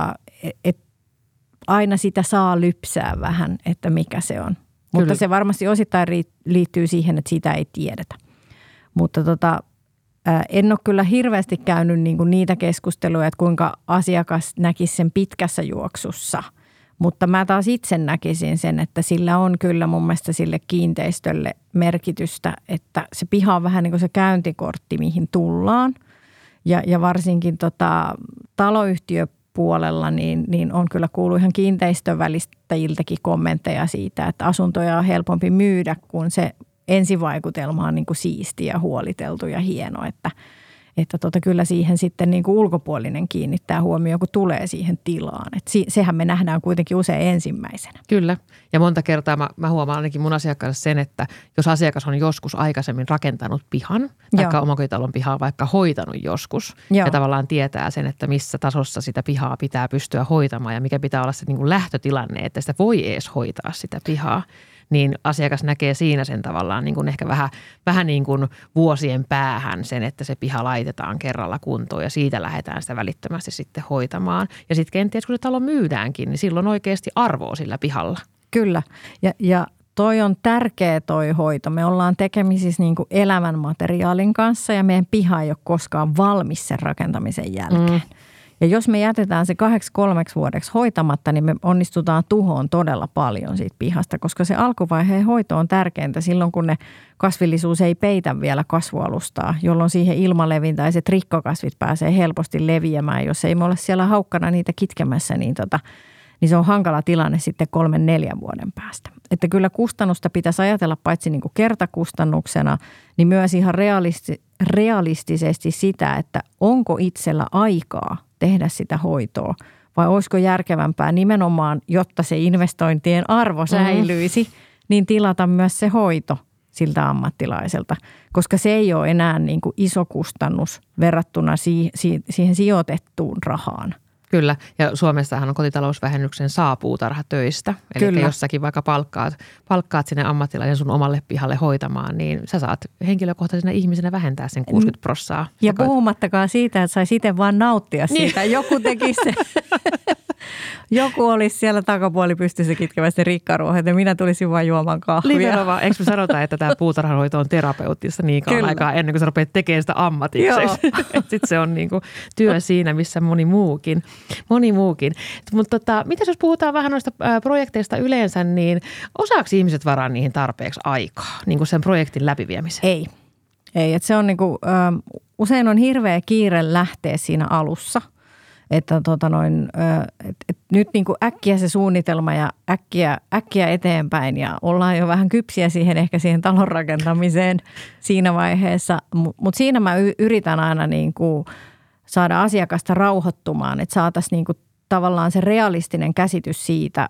Speaker 2: aina sitä saa lypsää vähän, että mikä se on. Mutta Kyllä. se varmasti osittain liittyy siihen, että sitä ei tiedetä. Mutta en ole kyllä hirveästi käynyt niitä keskusteluja, että kuinka asiakas näkisi sen pitkässä juoksussa. Mutta mä taas itse näkisin sen, että sillä on kyllä mun mielestä sille kiinteistölle merkitystä, että se piha on vähän niin kuin se käyntikortti, mihin tullaan. Ja varsinkin taloyhtiöpuolella niin on kyllä kuullut ihan kiinteistövälittäjiltäkin kommentteja siitä, että asuntoja on helpompi myydä, kun se ensivaikutelma on niin kuin siisti ja huoliteltu ja hieno, että kyllä siihen sitten niin kuin ulkopuolinen kiinnittää huomioon, kun tulee siihen tilaan. Että sehän me nähdään kuitenkin usein ensimmäisenä.
Speaker 1: Kyllä. Ja monta kertaa mä huomaan ainakin mun asiakkaassa sen, että jos asiakas on joskus aikaisemmin rakentanut pihan, tai omakotitalon pihaa vaikka hoitanut joskus, ja tavallaan tietää sen, että missä tasossa sitä pihaa pitää pystyä hoitamaan ja mikä pitää olla se niin kuin lähtötilanne, että sitä voi edes hoitaa sitä pihaa, niin asiakas näkee siinä sen tavallaan niin kuin ehkä vähän niin kuin vuosien päähän sen, että se piha laitetaan kerralla kuntoon ja siitä lähdetään sitä välittömästi sitten hoitamaan. Ja sitten kenties kun se talo myydäänkin, niin silloin oikeasti arvoa sillä pihalla.
Speaker 2: Kyllä. Ja toi on tärkeä toi hoito. Me ollaan tekemisissä niin kuin elävän materiaalin kanssa ja meidän piha ei ole koskaan valmis sen rakentamisen jälkeen. Ja jos me jätetään se 2-3 vuodeksi hoitamatta, niin me onnistutaan tuhoon todella paljon siitä pihasta, koska se alkuvaiheen hoito on tärkeintä silloin, kun ne kasvillisuus ei peitä vielä kasvualustaa, jolloin siihen ilmalevintaiset rikkokasvit pääsee helposti leviämään. Jos ei me ole siellä haukkana niitä kitkemässä, niin se on hankala tilanne sitten 3-4 vuoden päästä. Että kyllä kustannusta pitäisi ajatella paitsi niin kuin kertakustannuksena, niin myös ihan realistisesti sitä, että onko itsellä aikaa tehdä sitä hoitoa vai olisiko järkevämpää nimenomaan, jotta se investointien arvo säilyisi, niin tilata myös se hoito siltä ammattilaiselta, koska se ei ole enää niin kuin iso kustannus verrattuna siihen sijoitettuun rahaan.
Speaker 1: Kyllä, ja Suomessahan on kotitalousvähennyksen saa puutarhatöistä. Eli Kyllä. jossakin vaikka palkkaat sinne ammattilaisen sun omalle pihalle hoitamaan, niin sä saat henkilökohtaisena ihmisenä vähentää sen 60%.
Speaker 2: Ja puhumattakaan siitä, että saisi itse vaan nauttia siitä. Joku teki se. Joku olisi siellä takapuoli pystyssä kitkemässä rikkaruohot ja minä tulisin vain juomaan kahvia.
Speaker 1: Nimenomaan. Eikö me sanota, että tämä puutarhanhoito on terapeuttissa niin kauan aikaa ennen kuin sä rupeat tekemään sitä ammatiksesi. Sitten se on niinku työ siinä, missä moni muukin. Mutta mitä jos puhutaan vähän noista projekteista yleensä, niin osaako ihmiset varaa niihin tarpeeksi aikaa, niin kuin sen projektin läpiviemiseen?
Speaker 2: Ei, että se on niinku, usein on hirveä kiire lähteä siinä alussa. Että nyt niin kuin äkkiä se suunnitelma ja äkkiä eteenpäin ja ollaan jo vähän kypsiä ehkä siihen talon rakentamiseen siinä vaiheessa. Mutta siinä mä yritän aina niin kuin saada asiakasta rauhoittumaan, että saataisiin niin kuin tavallaan se realistinen käsitys siitä,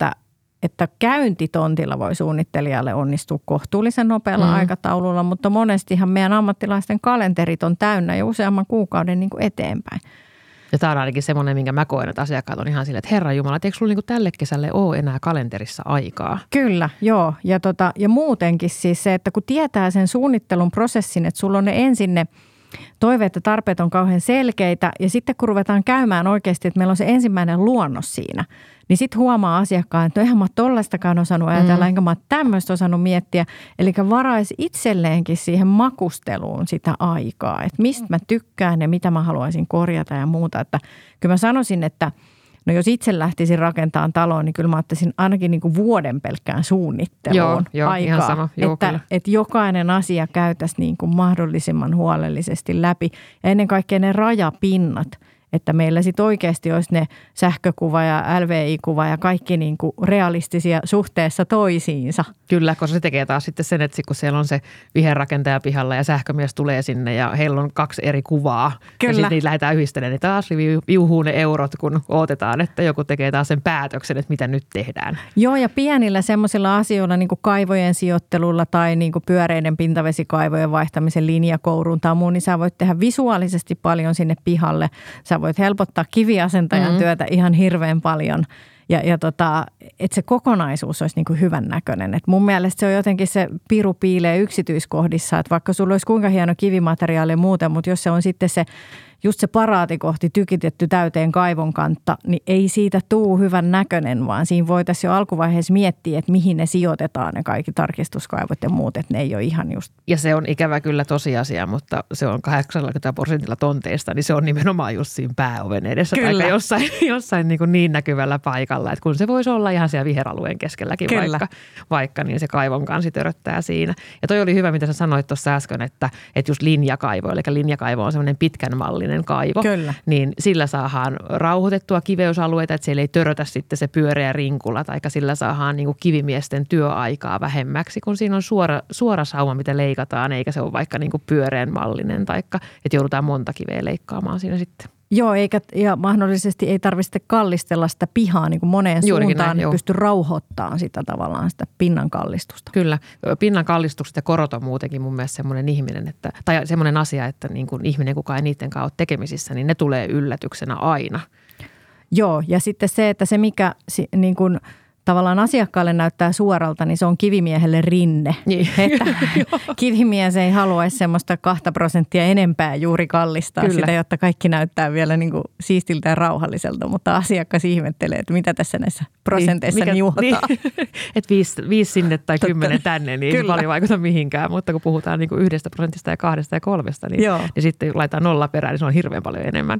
Speaker 2: että käynti tontilla voi suunnittelijalle onnistua kohtuullisen nopealla aikataululla, mutta monestihan meidän ammattilaisten kalenterit on täynnä jo useamman kuukauden niin kuin eteenpäin.
Speaker 1: Ja tämä on ainakin semmoinen, minkä mä koen, että asiakkaat on ihan silleen, että herranjumala, eikö sulla niin kuin tälle kesälle ole enää kalenterissa aikaa?
Speaker 2: Kyllä, joo. Ja muutenkin siis se, että kun tietää sen suunnittelun prosessin, että sulla on ensin ne toiveet ja tarpeet on kauhean selkeitä ja sitten kun ruvetaan käymään oikeasti, että meillä on se ensimmäinen luonnos siinä, niin sitten huomaa asiakkaan, että no eihän mä tollaistakaan osannut ajatella, enkä mä tämmöistä osannut miettiä. Eli varaisi itselleenkin siihen makusteluun sitä aikaa, että mistä mä tykkään ja mitä mä haluaisin korjata ja muuta. Että kyllä mä sanoisin, että no jos itse lähtisin rakentamaan taloon, niin kyllä mä ottaisin ainakin niin kuin vuoden pelkkään suunnitteluun
Speaker 1: joo,
Speaker 2: aikaa.
Speaker 1: Ihan sama. Joo,
Speaker 2: että jokainen asia käytäisiin niin kuin mahdollisimman huolellisesti läpi ja ennen kaikkea ne rajapinnat. Että meillä sitten oikeasti olisi ne sähkökuva ja LVI-kuva ja kaikki niin kuin realistisia suhteessa toisiinsa.
Speaker 1: Kyllä, koska se tekee taas sitten sen, että kun siellä on se viherrakentaja pihalla ja sähkömies tulee sinne ja heillä on 2 eri kuvaa. Kyllä. Ja sitten niitä lähdetään yhdistelemään, niin taas viuhuu ne eurot, kun odotetaan, että joku tekee taas sen päätöksen, että mitä nyt tehdään.
Speaker 2: Joo, ja pienillä semmoisilla asioilla niin kuin kaivojen sijoittelulla tai niin kuin pyöreiden pintavesikaivojen vaihtamisen linjakouruun tai muun, niin sä voit tehdä visuaalisesti paljon sinne pihalle. Sä voit helpottaa kiviasentajan työtä ihan hirveän paljon ja että se kokonaisuus olisi niin kuin hyvän näköinen. Et mun mielestä se on jotenkin se piru piilee yksityiskohdissa, että vaikka sulla olisi kuinka hieno kivimateriaali ja muuten, mutta jos se on sitten just se paraatikohti tykitetty täyteen kaivon kantta, niin ei siitä tuu hyvän näköinen, vaan siinä voitaisiin jo alkuvaiheessa miettiä, että mihin ne sijoitetaan ne kaikki tarkistuskaivot ja muut, että ne ei ole ihan just.
Speaker 1: Ja se on ikävä kyllä tosiasia, mutta se on 80% tonteista, niin se on nimenomaan just siinä pääoven edessä
Speaker 2: kyllä.
Speaker 1: tai jossain niin näkyvällä paikalla, että kun se voisi olla ihan siellä viheralueen keskelläkin vaikka, niin se kaivon kansi töröttää siinä. Ja toi oli hyvä, mitä sä sanoit tuossa äsken, että just linjakaivo, eli linjakaivo on semmoinen pitkän mallinen kaivo,
Speaker 2: kyllä.
Speaker 1: Niin sillä saadaan rauhoitettua kiveysalueita, että siellä ei törötä sitten se pyöreä rinkula, tai sillä saadaan niin kuin kivimiesten työaikaa vähemmäksi, kun siinä on suora sauma, mitä leikataan, eikä se ole vaikka niin kuin pyöreän mallinen, tai että joudutaan monta kiveä leikkaamaan siinä sitten.
Speaker 2: Joo, ja mahdollisesti ei tarvitse kallistella sitä pihaa niin kuin moneen suuntaan, niin pysty rauhoittamaan sitä tavallaan sitä pinnan kallistusta.
Speaker 1: Kyllä, pinnan kallistukset ja korot on muutenkin mun mielestä semmoinen semmoinen asia, että niin kuin ihminen, kuka ei niiden kanssa ole tekemisissä, niin ne tulee yllätyksenä aina.
Speaker 2: Joo, ja sitten se, että se mikä niin kuin tavallaan asiakkaalle näyttää suoralta, niin se on kivimiehelle rinne.
Speaker 1: Niin.
Speaker 2: Että kivimies ei haluaisi semmoista 2% enempää juuri kallistaa kyllä. Sitä, jotta kaikki näyttää vielä niin kuin siistiltä ja rauhalliselta. Mutta asiakas ihmettelee, että mitä tässä näissä prosenteissa niuhotaan.
Speaker 1: Niin. Että 5 sinne tai 10 tänne, niin ei se paljon vaikuta mihinkään. Mutta kun puhutaan niin kuin 1% ja 2 ja 3, niin sitten laitetaan 0 perään, niin se on hirveän paljon enemmän.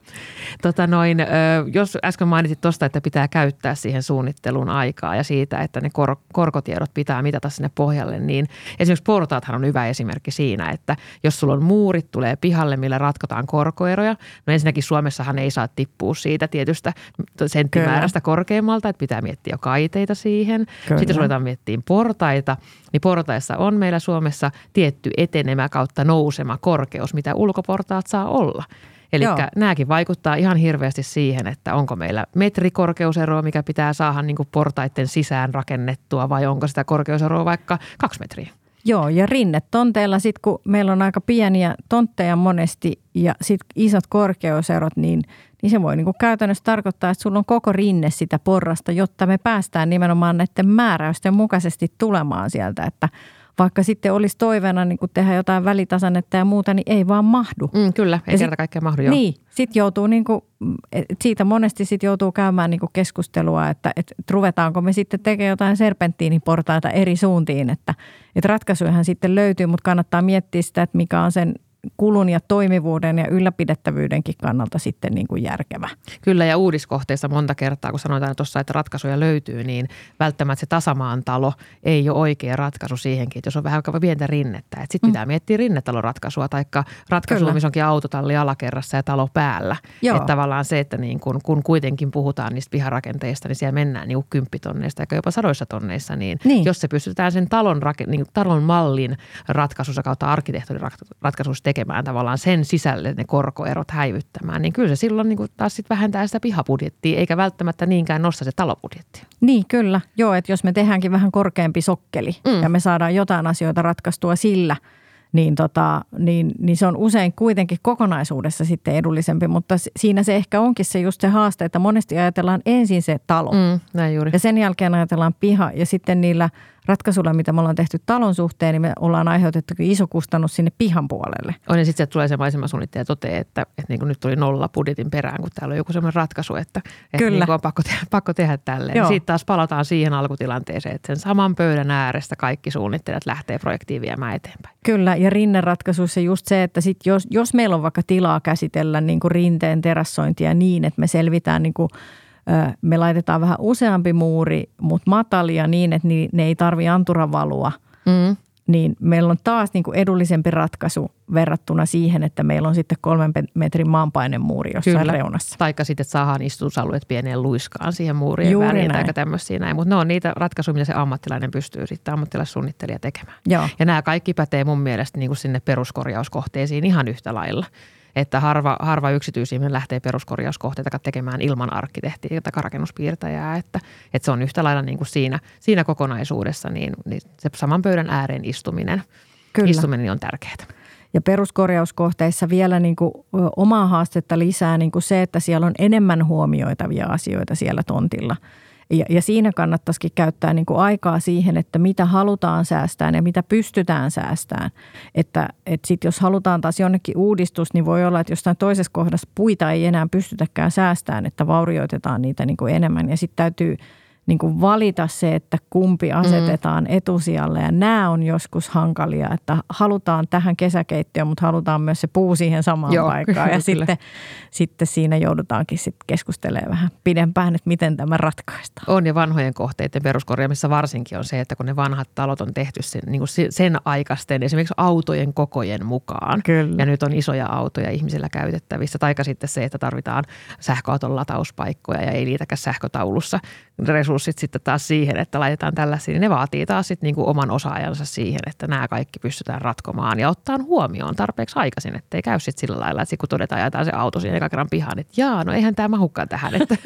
Speaker 1: Jos äsken mainitsit tuosta, että pitää käyttää siihen suunnitteluun aikaa, ja siitä, että ne korkotiedot pitää mitata sinne pohjalle, niin esimerkiksi portaathan on hyvä esimerkki siinä, että jos sulla on muurit, tulee pihalle, millä ratkotaan korkoeroja. No ensinnäkin Suomessahan ei saa tippua siitä tietystä senttimäärästä korkeammalta, että pitää miettiä jo kaiteita siihen. Kyllä. Sitten jos ruvetaan miettimään portaita, niin portaissa on meillä Suomessa tietty etenemä kautta nousema korkeus, mitä ulkoportaat saa olla. Eli nämäkin vaikuttaa ihan hirveästi siihen, että onko meillä metrikorkeuseroa, mikä pitää saada niin kuin portaiden sisään rakennettua vai onko sitä korkeuseroa vaikka 2 metriä.
Speaker 2: Joo, ja rinnetonteilla sitten, kun meillä on aika pieniä tontteja monesti ja sitten isot korkeuserot, niin se voi niin kuin käytännössä tarkoittaa, että sulla on koko rinne sitä porrasta, jotta me päästään nimenomaan näiden määräysten mukaisesti tulemaan sieltä, että vaikka sitten olisi toiveena niin kuin tehdä jotain välitasannetta ja muuta, niin ei vaan mahdu.
Speaker 1: Kyllä, ei kerta kaikkea mahdu. Joo.
Speaker 2: Niin, sitten joutuu siitä monesti sitten joutuu käymään niin kuin keskustelua, että ruvetaanko me sitten tekemään jotain serpenttiiniportaita eri suuntiin, että ratkaisujahan sitten löytyy, mutta kannattaa miettiä sitä, että mikä on sen kulun ja toimivuuden ja ylläpidettävyydenkin kannalta sitten niin kuin järkevä.
Speaker 1: Kyllä, ja uudiskohteissa monta kertaa, kun sanotaan tuossa, että ratkaisuja löytyy, niin välttämättä se tasamaan talo ei ole oikea ratkaisu siihenkin, että jos on vähän pientä rinnettä. Että sitten pitää miettiä rinnetalon taikka ratkaisua, missä onkin autotalli alakerrassa ja talo päällä. Joo. Että tavallaan se, että niin kun kuitenkin puhutaan niistä piharakenteista, niin siellä mennään niin 10 tonneista, eikä jopa 100 tonneissa, niin jos se pystytään sen talon mallin ratkaisussa kautta arkkitehtuurin ratkaisussa tekemään tavallaan sen sisälle ne korkoerot häivyttämään, niin kyllä se silloin niin kuin taas sit vähentää sitä pihapudjettia, eikä välttämättä niinkään nosta se talobudjettia.
Speaker 2: Niin, kyllä. Joo, että jos me tehdäänkin vähän korkeampi sokkeli ja me saadaan jotain asioita ratkaistua sillä, niin se on usein kuitenkin kokonaisuudessa sitten edullisempi, mutta siinä se ehkä onkin se just se haaste, että monesti ajatellaan ensin se talo
Speaker 1: näin juuri.
Speaker 2: Ja sen jälkeen ajatellaan piha ja sitten niillä ratkaisuilla, mitä me ollaan tehty talon suhteen, niin me ollaan aiheutettu iso kustannus sinne pihan puolelle.
Speaker 1: On ja sitten tulee se maisemasuunnittelija ja toteaa, että niin kuin nyt tuli 0 budjetin perään, kun täällä on joku semmoinen ratkaisu, että niin kuin on pakko tehdä tälleen. Sitten taas palataan siihen alkutilanteeseen, että sen saman pöydän äärestä kaikki suunnittelijat lähtee projektiin viemään eteenpäin.
Speaker 2: Kyllä, ja rinneratkaisuissa just se, että sit jos meillä on vaikka tilaa käsitellä niin kuin rinteen terassointia niin, että me selvitään niin kuin me laitetaan vähän useampi muuri, mutta matalia niin, että ne ei tarvitse anturavalua. Niin meillä on taas niin kuin edullisempi ratkaisu verrattuna siihen, että meillä on sitten 3 metrin maanpainemuuri jossain reunassa.
Speaker 1: Taikka sitten, että saadaan istutusalueet pieneen luiskaan siihen muurien väliin tai tämmöisiä näin. Mutta ne on niitä ratkaisuja, mitä se ammattilainen pystyy sitten ammattilaissuunnittelija tekemään.
Speaker 2: Joo.
Speaker 1: Ja nämä kaikki pätee mun mielestä niin kuin sinne peruskorjauskohteisiin ihan yhtä lailla. Että harva yksityisihminen lähtee peruskorjauskohteita tekemään ilman arkkitehtiä tai rakennuspiirtäjää, että se on yhtä lailla niin kuin siinä kokonaisuudessa, niin se saman pöydän ääreen istuminen on tärkeää.
Speaker 2: Ja peruskorjauskohteissa vielä niin kuin omaa haastetta lisää niin kuin se, että siellä on enemmän huomioitavia asioita siellä tontilla. Ja siinä kannattaisikin käyttää niin kuin aikaa siihen, että mitä halutaan säästää ja mitä pystytään säästämään. Että sitten jos halutaan taas jonnekin uudistus, niin voi olla, että jostain toisessa kohdassa puita ei enää pystytäkään säästämään, että vaurioitetaan niitä niin kuin enemmän. Ja sitten täytyy niin kuin valita se, että kumpi asetetaan etusijalle. Ja nämä on joskus hankalia, että halutaan tähän kesäkeittiöön, mutta halutaan myös se puu siihen samaan paikkaan. Ja sitten siinä joudutaankin sitten keskustelemaan vähän pidempään, että miten tämä ratkaistaan.
Speaker 1: On ja vanhojen kohteiden peruskorjaamissa varsinkin on se, että kun ne vanhat talot on tehty sen aikaisten esimerkiksi autojen kokojen mukaan.
Speaker 2: Kyllä.
Speaker 1: Ja nyt on isoja autoja ihmisillä käytettävissä. Taikka sitten se, että tarvitaan sähköauton latauspaikkoja ja ei liitäkään sähkötaulussa resurssit sitten taas siihen, että laitetaan tällaisia, niin ne vaatii taas sitten niin kuin oman osaajansa siihen, että nämä kaikki pystytään ratkomaan ja ottaa huomioon tarpeeksi aikaisin, ettei käy sitten sillä lailla, että kun todetaan ajetaan se auto siinä eka kerran pihaan, että no eihän tämä mahukaan tähän, että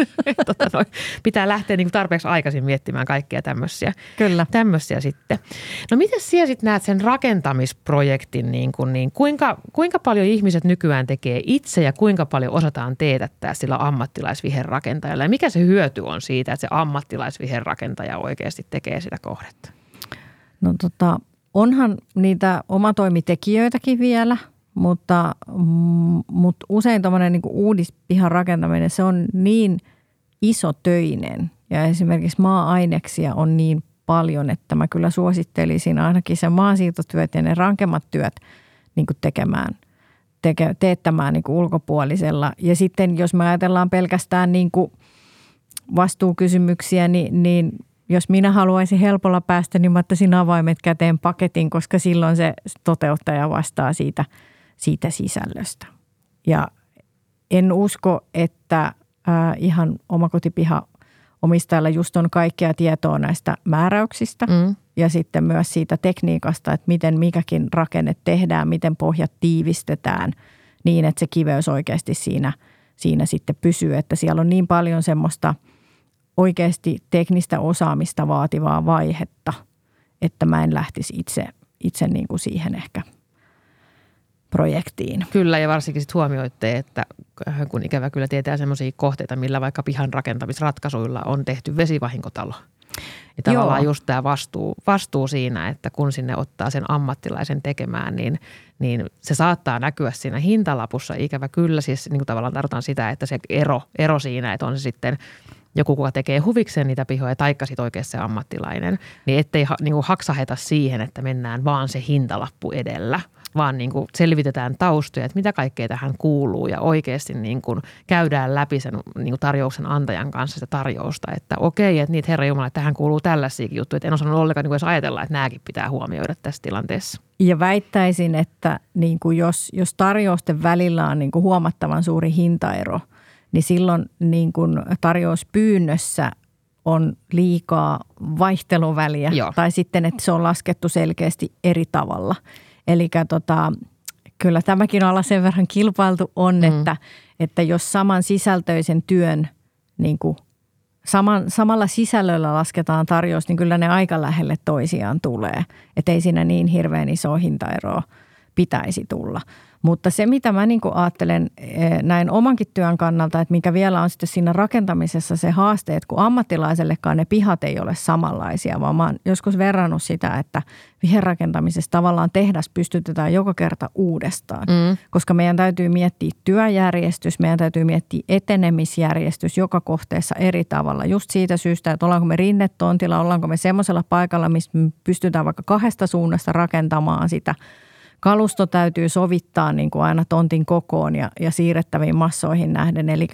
Speaker 1: pitää lähteä niin kuin tarpeeksi aikaisin miettimään kaikkia tämmöisiä.
Speaker 2: Kyllä.
Speaker 1: Tämmöisiä sitten. No miten siellä sitten näet sen rakentamisprojektin, niin kuinka paljon ihmiset nykyään tekee itse ja kuinka paljon osataan teetättää sillä ammattilaisviherrakentajalla ja mikä se hyöty on siitä, että se ammattilaisviherrakentaja oikeasti tekee sitä kohdetta?
Speaker 2: No onhan niitä omatoimitekijöitäkin vielä, mutta usein tuommoinen niin kuin uudispihan rakentaminen, se on niin isotöinen ja esimerkiksi maa-aineksia on niin paljon, että mä kyllä suosittelisin ainakin se maasiirtotyöt ja ne rankemmat työt niin kuin teettämään niin kuin ulkopuolisella. Ja sitten jos me ajatellaan pelkästään niin kuin vastuukysymyksiä, niin jos minä haluaisin helpolla päästä, niin mä ottaisin avaimet käteen paketin, koska silloin se toteuttaja vastaa siitä sisällöstä. Ja en usko, että ihan omakotipiha omistajalla just on kaikkea tietoa näistä määräyksistä ja sitten myös siitä tekniikasta, että miten mikäkin rakenne tehdään, miten pohjat tiivistetään niin, että se kiveys oikeasti siinä sitten pysyy, että siellä on niin paljon semmoista oikeasti teknistä osaamista vaativaa vaihetta, että mä en lähtisi itse niin kuin siihen ehkä projektiin.
Speaker 1: Kyllä, ja varsinkin sitten huomioitte, että kun ikävä kyllä tietää semmoisia kohteita, millä vaikka pihan rakentamisratkaisuilla on tehty vesivahinkotalo. Niin tavallaan just tämä vastuu siinä, että kun sinne ottaa sen ammattilaisen tekemään, niin se saattaa näkyä siinä hintalapussa ikävä kyllä. Siis niin kuin tavallaan tarkoitan sitä, että se ero siinä, että on se sitten joku, kuka tekee huvikseen niitä pihoja, taikka sitten oikeasti se ammattilainen, niin ettei niin kuin haksaheta siihen, että mennään vaan se hintalappu edellä, vaan niin kuin selvitetään taustoja, että mitä kaikkea tähän kuuluu ja oikeasti niin kuin käydään läpi sen niin kuin tarjouksen antajan kanssa sitä tarjousta, että okei, että niitä Herra Jumala, että tähän kuuluu tällaisiakin juttuja, että en osannut ollenkaan niin kuin edes ajatella, että nämäkin pitää huomioida tässä tilanteessa. Ja
Speaker 2: väittäisin, että niin kuin jos tarjousten välillä on niin kuin huomattavan suuri hintaero, niin silloin niin kuin tarjouspyynnössä on liikaa vaihteluväliä. Joo. Tai sitten, että se on laskettu selkeästi eri tavalla. Eli kyllä tämäkin ala sen verran kilpailtu on, että jos saman sisältöisen työn niin kuin samalla sisällöllä lasketaan tarjous, niin kyllä ne aika lähelle toisiaan tulee. Että ei siinä niin hirveän isoa hintaeroa pitäisi tulla. Mutta se, mitä mä niin kuin ajattelen näin omankin työn kannalta, että mikä vielä on sitten siinä rakentamisessa se haaste, että kun ammattilaisellekaan ne pihat ei ole samanlaisia, vaan mä oon joskus verrannut sitä, että viherrakentamisessa tavallaan tehdas pystytetään joka kerta uudestaan, koska meidän täytyy miettiä työjärjestys, meidän täytyy miettiä etenemisjärjestys joka kohteessa eri tavalla. Just siitä syystä, että ollaanko me rinnetontilla, ollaanko me semmoisella paikalla, missä me pystytään vaikka kahdesta suunnasta rakentamaan sitä. Kalusto täytyy sovittaa niin kuin aina tontin kokoon ja siirrettäviin massoihin nähden. Eli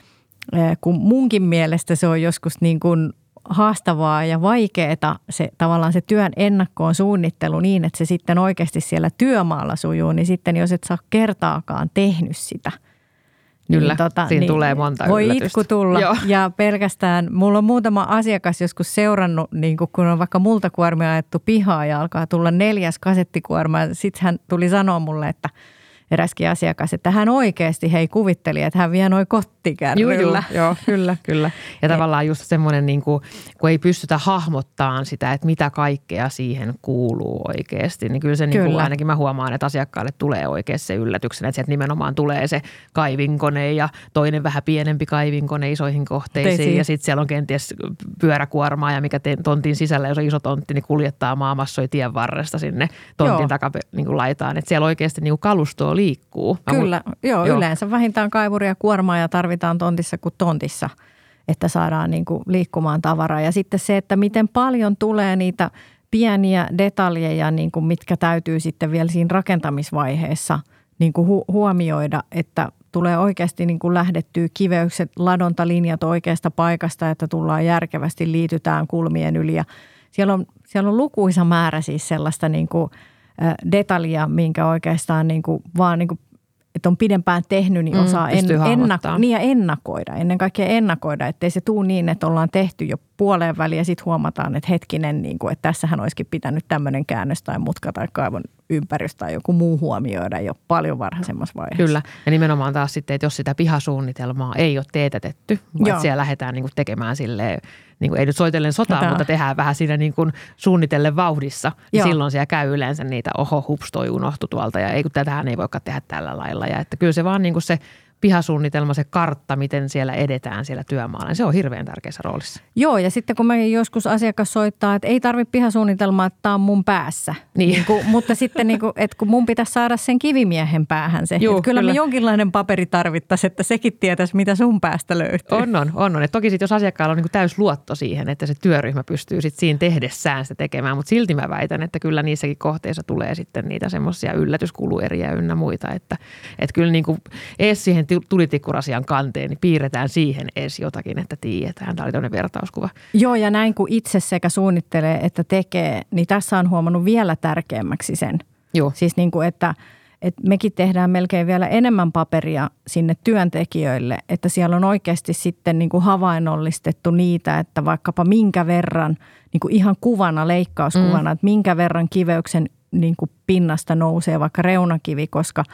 Speaker 2: kun munkin mielestä se on joskus niin kuin haastavaa ja vaikeaa tavallaan se työn ennakkoon suunnittelu niin, että se sitten oikeasti siellä työmaalla sujuu, niin sitten jos et saa kertaakaan tehnyt sitä.
Speaker 1: Kyllä, siinä tulee monta
Speaker 2: voi
Speaker 1: yllätystä.
Speaker 2: Itku tulla. Joo. Ja pelkästään, mulla on muutama asiakas joskus seurannut, niin kun on vaikka multakuormia ajettu pihaa ja alkaa tulla 4. kasettikuorma. Sitten hän tuli sanoa mulle, että eräskin asiakas, että hän oikeasti kuvitteli, että hän vie noi kottikärryllä.
Speaker 1: Joo, kyllä. Ja tavallaan just semmoinen, niin kun ei pystytä hahmottamaan sitä, että mitä kaikkea siihen kuuluu oikeasti. Niin kyllä se niin kuin ainakin mä huomaan, että asiakkaalle tulee oikeasti se yllätyksenä, että sieltä nimenomaan tulee se kaivinkone ja toinen vähän pienempi kaivinkone isoihin kohteisiin. Ja sitten siellä on kenties pyöräkuormaa ja mikä tontin sisällä, jos on iso tontti, niin kuljettaa maamassoja tien varresta sinne tontin takapelaitaan. Että siellä oikeasti niin kuin kalustoa liikkuu.
Speaker 2: Kyllä, yleensä vähintään kaivuria kuormaa ja tarvitaan tontissa kuin tontissa, että saadaan niin kuin liikkumaan tavaraa. Ja sitten se, että miten paljon tulee niitä pieniä detaljeja, niin kuin mitkä täytyy sitten vielä siinä rakentamisvaiheessa niin kuin huomioida, että tulee oikeasti niin kuin lähdettyä kiveykset, ladontalinjat oikeasta paikasta, että tullaan järkevästi, liitytään kulmien yli. Ja siellä on lukuisa määrä siis sellaista niin kuin detaljia, minkä oikeastaan niin kuin vaan niin kuin, että on pidempään tehnyt, niin osaa ennakoida. Ennen kaikkea ennakoida, ettei se tule niin, että ollaan tehty jo puoleen väliin ja sitten huomataan, että hetkinen, niin kuin, että tässähän olisikin pitänyt tämmöinen käännös tai mutka tai kaivon ympäristö tai joku muu huomioida jo paljon varhaisemmassa vaiheessa.
Speaker 1: Kyllä, ja nimenomaan taas sitten, että jos sitä pihasuunnitelmaa ei ole teetätetty, vaan siellä lähdetään niin kuin tekemään silleen, niin kuin ei nyt soitellen sotaa, mutta tehdään vähän siinä niin kuin suunnitellen vauhdissa. Niin silloin siellä käy yleensä niitä, hups, toi unohtui tuolta ja ei kun tätähän ei voikaan tehdä tällä lailla. Ja että kyllä se vaan niin kuin se pihasuunnitelma, se kartta, miten siellä edetään siellä työmaalla, se on hirveän tärkeässä roolissa.
Speaker 2: Joo, ja sitten kun me joskus asiakas soittaa, että ei tarvitse pihasuunnitelmaa, että tämä on mun päässä. Niin. Mutta sitten, että kun mun pitäisi saada sen kivimiehen päähän se. Joo, kyllä me jonkinlainen paperi tarvittaisiin, että sekin tietäisi, mitä sun päästä löytyy.
Speaker 1: On. Et toki sitten, jos asiakkaalla on niin kuin täys luotto siihen, että se työryhmä pystyy sitten siinä tehdessään sitä tekemään, mutta silti mä väitän, että kyllä niissäkin kohteissa tulee sitten niitä semmoisia yllätyskulueriä ynnä muita, että kyllä niin kuin ees siihen tulitikkurasian kanteen, niin piirretään siihen edes jotakin, että tiedetään. Tämä oli tämmöinen vertauskuva.
Speaker 2: Joo, ja näin kun itse sekä suunnittelee että tekee, niin tässä on huomannut vielä tärkeämmäksi sen. Joo. Siis niin kuin, että mekin tehdään melkein vielä enemmän paperia sinne työntekijöille, että siellä on oikeasti sitten niin kuin havainnollistettu niitä, että vaikkapa minkä verran, niin kuin ihan kuvana, leikkauskuvana, että minkä verran kiveyksen niin kuin pinnasta nousee vaikka reunakivi,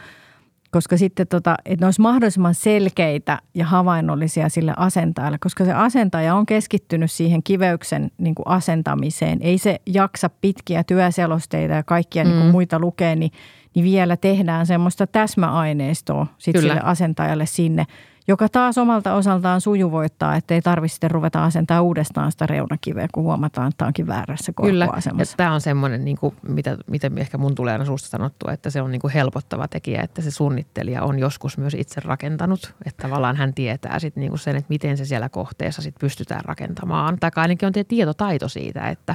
Speaker 2: koska sitten, että ne olisi mahdollisimman selkeitä ja havainnollisia sille asentajalle, koska se asentaja on keskittynyt siihen kiveyksen niin kuin asentamiseen. Ei se jaksa pitkiä työselosteita ja kaikkia niin kuin muita lukea, niin vielä tehdään semmoista täsmäaineistoa sitten sille asentajalle sinne, joka taas omalta osaltaan sujuvoittaa, että ei tarvitse sitten ruveta asentaa uudestaan sitä reunakiveä, kun huomataan, että tämä onkin väärässä korkoasemassa.
Speaker 1: Kyllä, ja tämä on semmoinen, niin kuin, mitä ehkä mun tulee aina suusta sanottua, että se on niin kuin helpottava tekijä, että se suunnittelija on joskus myös itse rakentanut, että tavallaan hän tietää sitten niin kuin sen, että miten se siellä kohteessa sitten pystytään rakentamaan. Tai ainakin on tietotaito siitä, että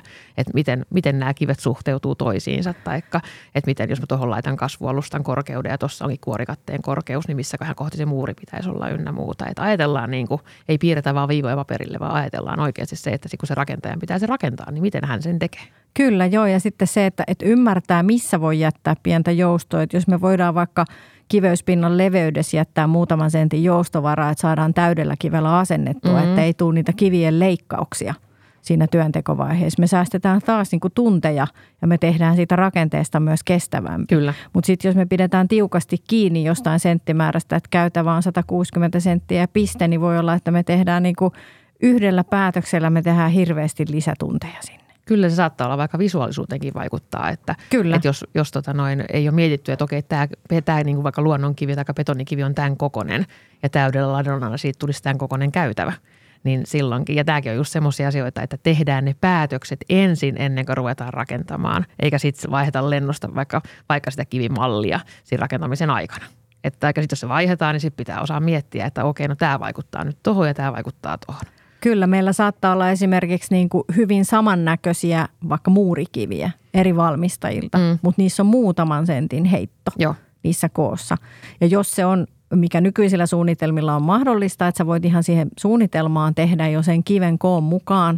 Speaker 1: miten nämä kivet suhteutuu toisiinsa, tai että miten jos mä tuohon laitan kasvualustan korkeuden ja tuossa onkin kuorikatteen korkeus, niin missäköhän kohti se muuri pitäisi olla ynnä muuta. Että ajatellaan niin kuin, ei piirretä vaan viivoja paperille, vaan ajatellaan oikeasti se, että kun se rakentajan pitää se rakentaa, niin miten hän sen tekee.
Speaker 2: Kyllä, joo. Ja sitten se, että ymmärtää, missä voi jättää pientä joustoa. Että jos me voidaan vaikka kiveyspinnan leveydessä jättää muutaman sentin joustovaraa, että saadaan täydellä kivellä asennettua, että ei tule niitä kivien leikkauksia siinä työntekovaiheessa. Me säästetään taas niin kuin tunteja ja me tehdään siitä rakenteesta myös kestävämpi.
Speaker 1: Kyllä.
Speaker 2: Mutta sitten jos me pidetään tiukasti kiinni jostain senttimäärästä, että käytävä on 160 senttiä ja piste, niin voi olla, että me tehdään niin kuin yhdellä päätöksellä me tehdään hirveästi lisätunteja sinne.
Speaker 1: Kyllä se saattaa olla, vaikka visuaalisuuteenkin vaikuttaa, että jos ei ole mietitty, että okei, tämä niin kuin vaikka luonnonkivi tai betonikivi on tämän kokoinen ja täydellä ladonnalla siitä tulisi tämän kokoinen käytävä, niin silloinkin. Ja tämäkin on just semmoisia asioita, että tehdään ne päätökset ensin ennen kuin ruvetaan rakentamaan, eikä sitten vaihdeta lennosta vaikka sitä kivimallia siinä rakentamisen aikana. Että sitten jos se vaihdetaan, niin sitten pitää osaa miettiä, että okei, no tämä vaikuttaa nyt tuohon ja tämä vaikuttaa tuohon.
Speaker 2: Kyllä, meillä saattaa olla esimerkiksi niin kuin hyvin samannäköisiä vaikka muurikiviä eri valmistajilta, mutta niissä on muutaman sentin heitto niissä koossa. Ja jos se on, mikä nykyisillä suunnitelmilla on mahdollista, että sä voit ihan siihen suunnitelmaan tehdä jo sen kiven koon mukaan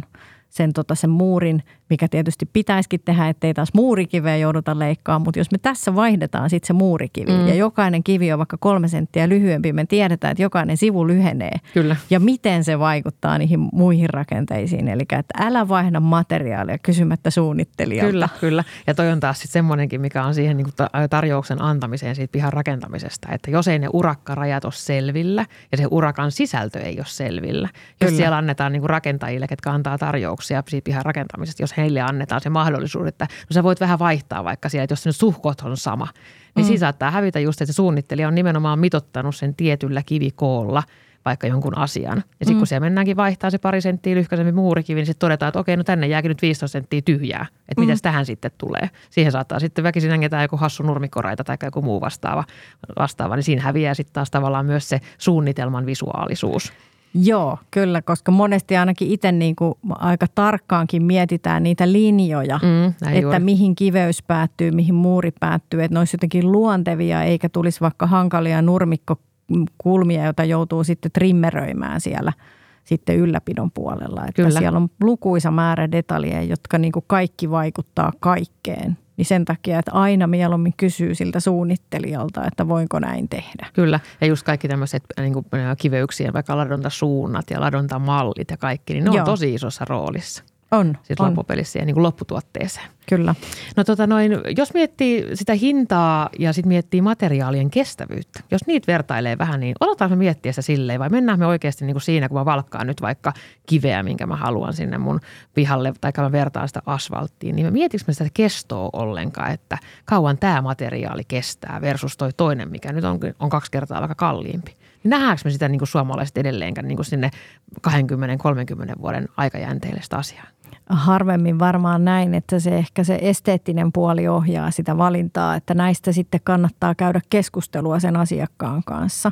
Speaker 2: sen muurin, mikä tietysti pitäisikin tehdä, ettei taas muurikiveä jouduta leikkaamaan. Mutta jos me tässä vaihdetaan sitten se muurikivi ja jokainen kivi on vaikka 3 senttiä lyhyempi, me tiedetään, että jokainen sivu lyhenee.
Speaker 1: Kyllä.
Speaker 2: Ja miten se vaikuttaa niihin muihin rakenteisiin. Eli että älä vaihda materiaalia kysymättä suunnittelijalta.
Speaker 1: Kyllä. Ja toi on taas sitten semmoinenkin, mikä on siihen niin kuin tarjouksen antamiseen siitä pihan rakentamisesta. Että jos ei ne urakkarajat ole selvillä ja se urakan sisältö ei ole selvillä. Jos siellä annetaan niin kuin rakentajille, ketkä antaa tarjouksia siitä pihan rakentamisesta, jos heille annetaan se mahdollisuus, että no sä voit vähän vaihtaa vaikka siellä, että jos se nyt suhkot on sama, niin siinä saattaa hävitä just, että se suunnittelija on nimenomaan mitottanut sen tietyllä kivikoolla vaikka jonkun asian. Ja sitten kun siellä mennäänkin vaihtaa se pari senttiä lyhkäisemmin muurikivi, niin sitten todetaan, että okei, no tänne jääkin nyt 15 senttiä tyhjää. Että mitäs tähän sitten tulee. Siihen saattaa sitten väkisin ängetään joku hassu nurmikoraita tai joku muu vastaava, niin siinä häviää sitten taas tavallaan myös se suunnitelman visuaalisuus.
Speaker 2: Joo, kyllä, koska monesti ainakin itse niin kuin aika tarkkaankin mietitään niitä linjoja, että juuri. Mihin kiveys päättyy, mihin muuri päättyy, että ne olisi jotenkin luontevia eikä tulisi vaikka hankalia nurmikkokulmia, joita joutuu sitten trimmeröimään siellä sitten ylläpidon puolella. Että kyllä. Siellä on lukuisa määrä detaljeja, jotka niin kuin kaikki vaikuttaa kaikkeen. Niin sen takia, että aina mieluummin kysyy siltä suunnittelijalta, että voinko näin tehdä.
Speaker 1: Kyllä, ja just kaikki tämmöiset niin kuin kiveyksien, vaikka ladonta-suunnat ja ladontamallit ja kaikki, niin ne on tosi isossa roolissa.
Speaker 2: On.
Speaker 1: Sitten loppupelissä ja niin kuin lopputuotteeseen.
Speaker 2: Kyllä.
Speaker 1: No jos miettii sitä hintaa ja sitten miettii materiaalien kestävyyttä, jos niitä vertailee vähän, niin odotetaanko me miettiä sitä silleen vai mennään me oikeasti niin kuin siinä, kun mä valkkaan nyt vaikka kiveä, minkä mä haluan sinne mun pihalle tai mä vertaan sitä asfalttiin, niin mietitkö me sitä kestoa ollenkaan, että kauan tämä materiaali kestää versus toi toinen, mikä nyt on 2 kertaa vaikka kalliimpi. Niin nähdäänkö me sitä niin kuin suomalaiset edelleenkään niin kuin sinne 20-30 vuoden aikajänteelle sitä asiaa?
Speaker 2: Harvemmin varmaan näin, että se ehkä se esteettinen puoli ohjaa sitä valintaa, että näistä sitten kannattaa käydä keskustelua sen asiakkaan kanssa.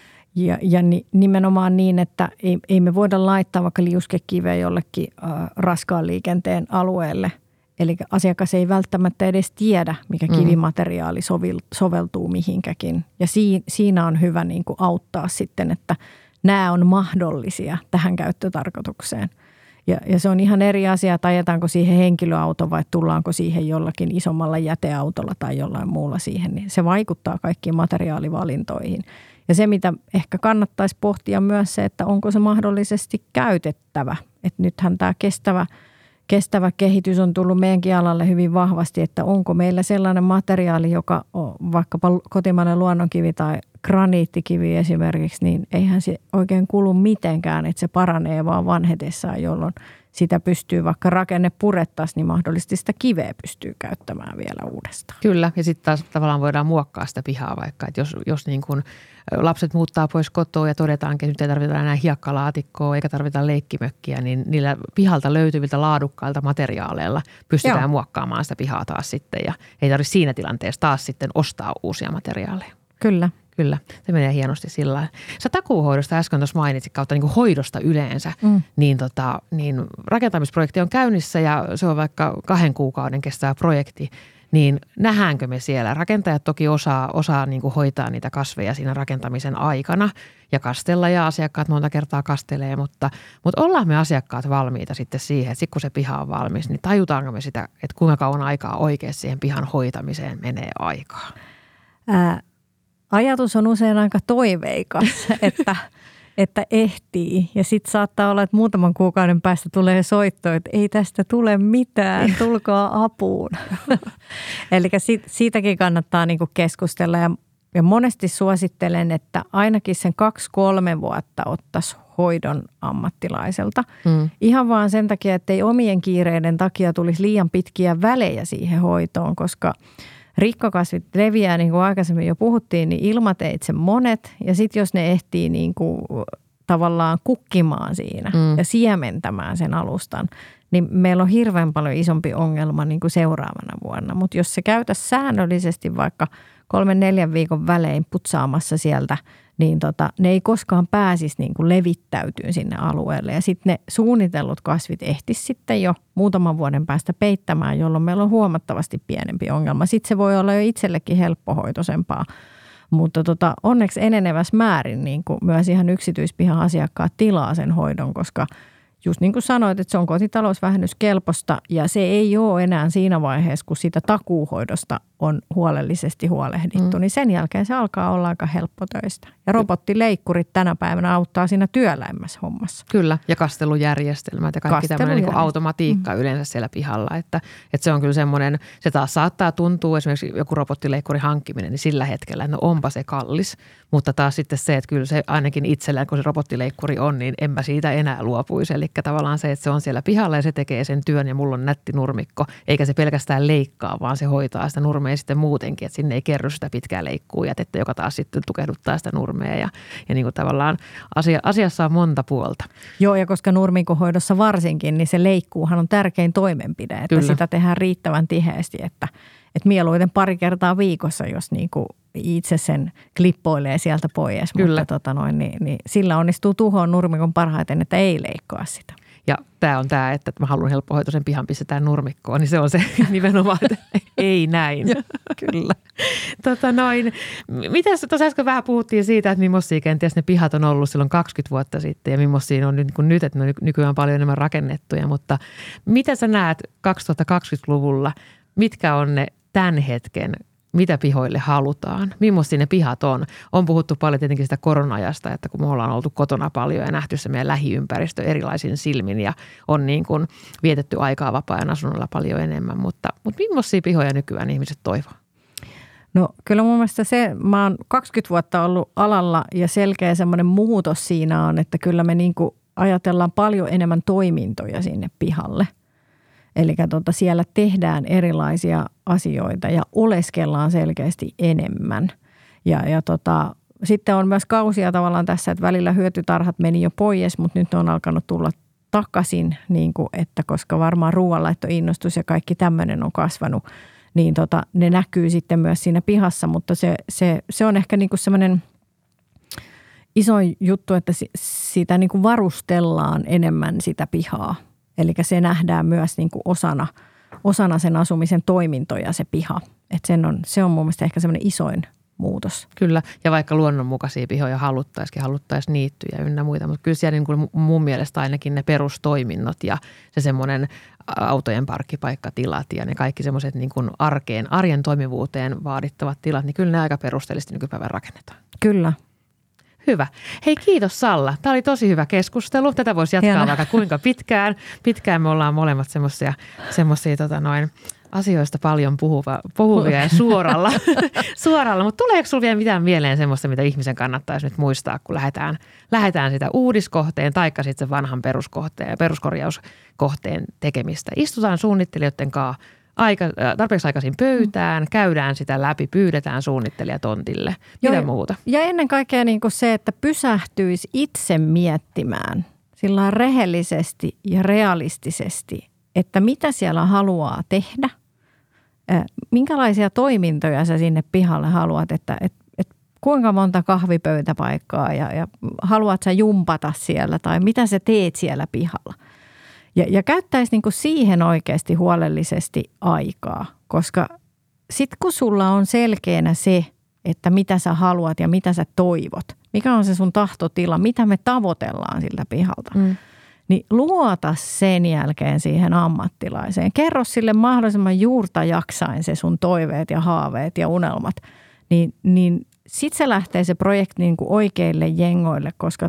Speaker 2: Ja nimenomaan niin, että ei me voida laittaa vaikka liuskekiveä jollekin raskaan liikenteen alueelle. Eli asiakas ei välttämättä edes tiedä, mikä kivimateriaali soveltuu mihinkäkin. Ja siinä on hyvä niin kuin auttaa sitten, että nämä on mahdollisia tähän käyttötarkoitukseen. Ja se on ihan eri asia, että ajetaanko siihen henkilöauto vai tullaanko siihen jollakin isommalla jäteautolla tai jollain muulla siihen. Niin se vaikuttaa kaikkiin materiaalivalintoihin. Ja se, mitä ehkä kannattaisi pohtia myös se, että onko se mahdollisesti käytettävä. Että nythän tämä kestävä kehitys on tullut meidänkin alalle hyvin vahvasti, että onko meillä sellainen materiaali, joka on vaikkapa kotimainen luonnonkivi graniittikivi esimerkiksi, niin eihän se oikein kulu mitenkään, että se paranee vaan vanhetessaan, jolloin sitä pystyy vaikka rakenne purettaisiin, niin mahdollisesti sitä kiveä pystyy käyttämään vielä uudestaan.
Speaker 1: Kyllä, ja sitten taas tavallaan voidaan muokkaa sitä pihaa vaikka, että jos niin kuin lapset muuttaa pois kotoa ja todetaankin, että nyt ei tarvita enää hiekkalaatikkoa eikä tarvita leikkimökkiä, niin niillä pihalta löytyviltä laadukkailta materiaaleilla pystytään muokkaamaan sitä pihaa taas sitten ja ei tarvitse siinä tilanteessa taas sitten ostaa uusia materiaaleja.
Speaker 2: Kyllä.
Speaker 1: Kyllä, se menee hienosti sillä lailla. Sä takuuhoidosta äsken tuossa mainitsit kautta niin kuin hoidosta yleensä, niin rakentamisprojekti on käynnissä ja se on vaikka 2 kuukauden kestävä projekti. Niin nähdäänkö me siellä? Rakentajat toki osaa niin kuin hoitaa niitä kasveja siinä rakentamisen aikana ja kastella ja asiakkaat monta kertaa kastelee, mutta ollaan me asiakkaat valmiita sitten siihen, että sitten kun se piha on valmis, niin tajutaanko me sitä, että kuinka kauan aikaa oikeasti siihen pihan hoitamiseen menee aikaa?
Speaker 2: Ajatus on usein aika toiveikas, että ehtii ja sitten saattaa olla, että muutaman kuukauden päästä tulee soitto, että ei tästä tule mitään, tulkaa apuun. Eli siitäkin kannattaa niinku keskustella ja monesti suosittelen, että ainakin sen 2-3 vuotta ottaisi hoidon ammattilaiselta. Ihan vaan sen takia, että ei omien kiireiden takia tulisi liian pitkiä välejä siihen hoitoon, koska rikkakasvit leviää, niin kuin aikaisemmin jo puhuttiin, niin ilmateitse monet. Ja sitten jos ne ehtii niin kuin tavallaan kukkimaan siinä ja siementämään sen alustan, niin meillä on hirveän paljon isompi ongelma niin kuin seuraavana vuonna. Mutta jos se käytäisiin säännöllisesti vaikka 3-4 viikon välein putsaamassa sieltä, niin ne ei koskaan pääsisi niin kuin levittäytyyn sinne alueelle. Ja sitten ne suunnitellut kasvit ehtis sitten jo muutaman vuoden päästä peittämään, jolloin meillä on huomattavasti pienempi ongelma. Sitten se voi olla jo itsellekin helppohoitoisempaa. Mutta onneksi enenevässä määrin niin kuin myös ihan yksityispihan asiakkaat tilaa sen hoidon, koska just niin kuin sanoit, että se on kotitalousvähennyskelpoista ja se ei ole enää siinä vaiheessa, kun siitä takuuhoidosta on huolellisesti huolehdittu, niin sen jälkeen se alkaa olla aika helppotöistä. Ja robottileikkurit tänä päivänä auttaa siinä työläimmässä hommassa.
Speaker 1: Kyllä, ja kastelujärjestelmät ja kaikki tämmöinen niin kuin automatiikka yleensä siellä pihalla. Että se on kyllä semmoinen, se taas saattaa tuntua esimerkiksi joku robottileikkurin hankkiminen, niin sillä hetkellä, että no onpa se kallis. Mutta taas sitten se, että kyllä se ainakin itsellään, kun se robottileikkuri on, niin enpä siitä enää luopuisi. Eli tavallaan se, että se on siellä pihalla ja se tekee sen työn ja mulla on nätti nurmikko, eikä se pelkästään leikkaa, vaan se hoitaa sitä nurmea sitten muutenkin, että sinne ei kerry sitä pitkää leikkuujätettä, joka taas sitten tukehduttaa sitä nurmea ja niin kuin tavallaan asiassa on monta puolta.
Speaker 2: Joo, ja koska nurmikkohoidossa varsinkin, niin se leikkuuhan on tärkein toimenpide, että kyllä, sitä tehdään riittävän tiheästi, että mieluiten 2 kertaa viikossa, jos niin kuin itse sen klippoilee sieltä pois.
Speaker 1: Kyllä.
Speaker 2: Mutta niin sillä onnistuu tuhoon nurmikon parhaiten, että ei leikkaa sitä.
Speaker 1: Ja tämä on tämä, että mä haluan helppohoitoisen pihan pistetään nurmikkoon, niin se on se nimenomaan, että ei näin.
Speaker 2: Kyllä.
Speaker 1: Mitäs tuossa äsken vähän puhuttiin siitä, että millaisia kenties ne pihat on ollut silloin 20 vuotta sitten ja millaisia on nyt, että ne on nykyään paljon enemmän rakennettuja, mutta mitä sä näet 2020-luvulla, mitkä on ne tämän hetken, mitä pihoille halutaan, millaisia ne pihat on. On puhuttu paljon tietenkin sitä korona-ajasta, että kun me ollaan oltu kotona paljon ja nähty se meidän lähiympäristö erilaisin silmin ja on niin kuin vietetty aikaa vapaa-ajan asunnolla paljon enemmän, mutta millaisia pihoja nykyään ihmiset toivoo?
Speaker 2: No kyllä mun mielestä mä oon 20 vuotta ollut alalla ja selkeä semmoinen muutos siinä on, että kyllä me niin kuin ajatellaan paljon enemmän toimintoja sinne pihalle. Eli siellä tehdään erilaisia asioita ja oleskellaan selkeästi enemmän. Ja sitten on myös kausia tavallaan tässä, että välillä hyötytarhat meni jo pois, mutta nyt on alkanut tulla takaisin, niin kuin, että koska varmaan ruoanlaittoinnostus ja kaikki tämmöinen on kasvanut, niin ne näkyy sitten myös siinä pihassa, mutta se on ehkä niin kuin semmoinen iso juttu, että sitä niin kuin varustellaan enemmän sitä pihaa. Eli se nähdään myös niin kuin osana sen asumisen toimintoja se piha. Että se on mun mielestä ehkä semmoinen isoin muutos.
Speaker 1: Kyllä, ja vaikka luonnonmukaisia pihoja haluttaisiin niittyjä ynnä muita, mutta kyllä siellä niin kuin mun mielestä ainakin ne perustoiminnot ja se semmoinen autojen parkkipaikkatilat ja ne kaikki semmoiset niin kuin arjen toimivuuteen vaadittavat tilat, niin kyllä ne aika perusteellisesti nykypäivän rakennetaan.
Speaker 2: Kyllä.
Speaker 1: Hyvä. Hei, kiitos Salla. Tämä oli tosi hyvä keskustelu. Tätä voisi jatkaa vaikka kuinka pitkään. Pitkään me ollaan molemmat semmoisia Asioista paljon puhuvia ja suoralla. Mutta tuleeko sinulla vielä mitään mieleen semmoista, mitä ihmisen kannattaisi nyt muistaa, kun lähdetään sitä uudiskohteen taikka sitten sen vanhan peruskorjauskohteen tekemistä? Istutaan suunnittelijoiden kanssa tarpeeksi aikaisin pöytään, käydään sitä läpi, pyydetään suunnittelija tontille. Mitä muuta? Ja
Speaker 2: ennen kaikkea niin kuin se, että pysähtyisi itse miettimään sillä rehellisesti ja realistisesti, että mitä siellä haluaa tehdä, minkälaisia toimintoja sä sinne pihalle haluat, että kuinka monta kahvipöytäpaikkaa ja haluat sä jumpata siellä tai mitä sä teet siellä pihalla. Ja käyttäisi niin kuin siihen oikeasti huolellisesti aikaa, koska sitten kun sulla on selkeänä se, että mitä sä haluat ja mitä sä toivot, mikä on se sun tahtotila, mitä me tavoitellaan siltä pihalta, niin luota sen jälkeen siihen ammattilaiseen. Kerro sille mahdollisimman juurta jaksain se sun toiveet ja haaveet ja unelmat, niin sitten se lähtee se projekti niin kuin oikeille jengoille, koska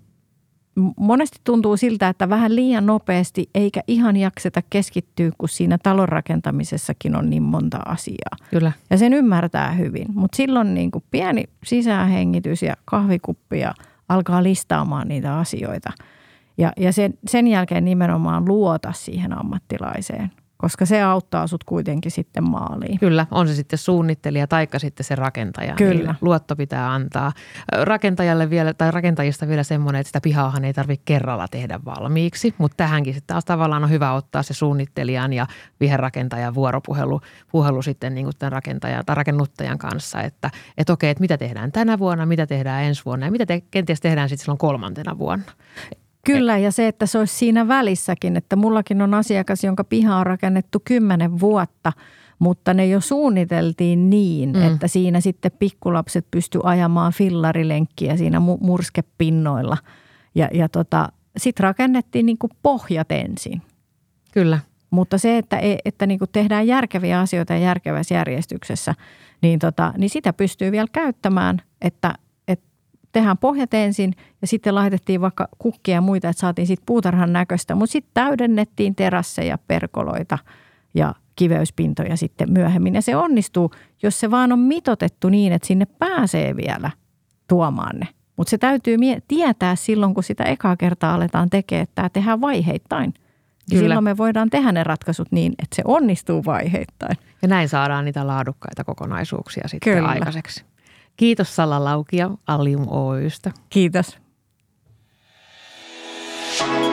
Speaker 2: monesti tuntuu siltä, että vähän liian nopeasti eikä ihan jakseta keskittyä, kun siinä talon rakentamisessakin on niin monta asiaa.
Speaker 1: Kyllä.
Speaker 2: Ja sen ymmärtää hyvin, mutta silloin niin kuin pieni sisäänhengitys ja kahvikuppi ja alkaa listaamaan niitä asioita. Ja sen jälkeen nimenomaan luota siihen ammattilaiseen, koska se auttaa sut kuitenkin sitten maaliin.
Speaker 1: Kyllä, on se sitten suunnittelija taikka sitten se rakentaja.
Speaker 2: Kyllä.
Speaker 1: Niin luotto pitää antaa. Rakentajalle vielä tai rakentajista vielä semmoinen, että sitä pihaahan ei tarvitse kerralla tehdä valmiiksi, mutta tähänkin sitten taas tavallaan on hyvä ottaa se suunnittelijan ja viherrakentajan vuoropuhelu sitten niin kuin tämän rakentajan tai rakennuttajan kanssa, että okei, että mitä tehdään tänä vuonna, mitä tehdään ensi vuonna ja mitä kenties tehdään sitten silloin 3. vuonna.
Speaker 2: Kyllä, ja se, että se olisi siinä välissäkin, että mullakin on asiakas, jonka piha on rakennettu 10 vuotta, mutta ne jo suunniteltiin niin, että siinä sitten pikkulapset pysty ajamaan fillarilenkkiä siinä murskepinnoilla. Ja sitten rakennettiin niin kuin pohjat ensin.
Speaker 1: Kyllä.
Speaker 2: Mutta se, että niin kuin tehdään järkeviä asioita ja järkevässä järjestyksessä, niin sitä pystyy vielä käyttämään, että tehdään pohjat ensin ja sitten laitettiin vaikka kukkia ja muita, että saatiin siitä puutarhan näköistä. Mutta sitten täydennettiin terasseja, perkoloita ja kiveyspintoja sitten myöhemmin. Ja se onnistuu, jos se vaan on mitoitettu niin, että sinne pääsee vielä tuomaan ne. Mutta se täytyy tietää silloin, kun sitä ekaa kertaa aletaan tekemään, että tämä tehdään vaiheittain. Ja silloin me voidaan tehdä ne ratkaisut niin, että se onnistuu vaiheittain.
Speaker 1: Ja näin saadaan niitä laadukkaita kokonaisuuksia sitten aikaiseksi. Kiitos Salla Laukia Allium Oy:stä.
Speaker 2: Kiitos.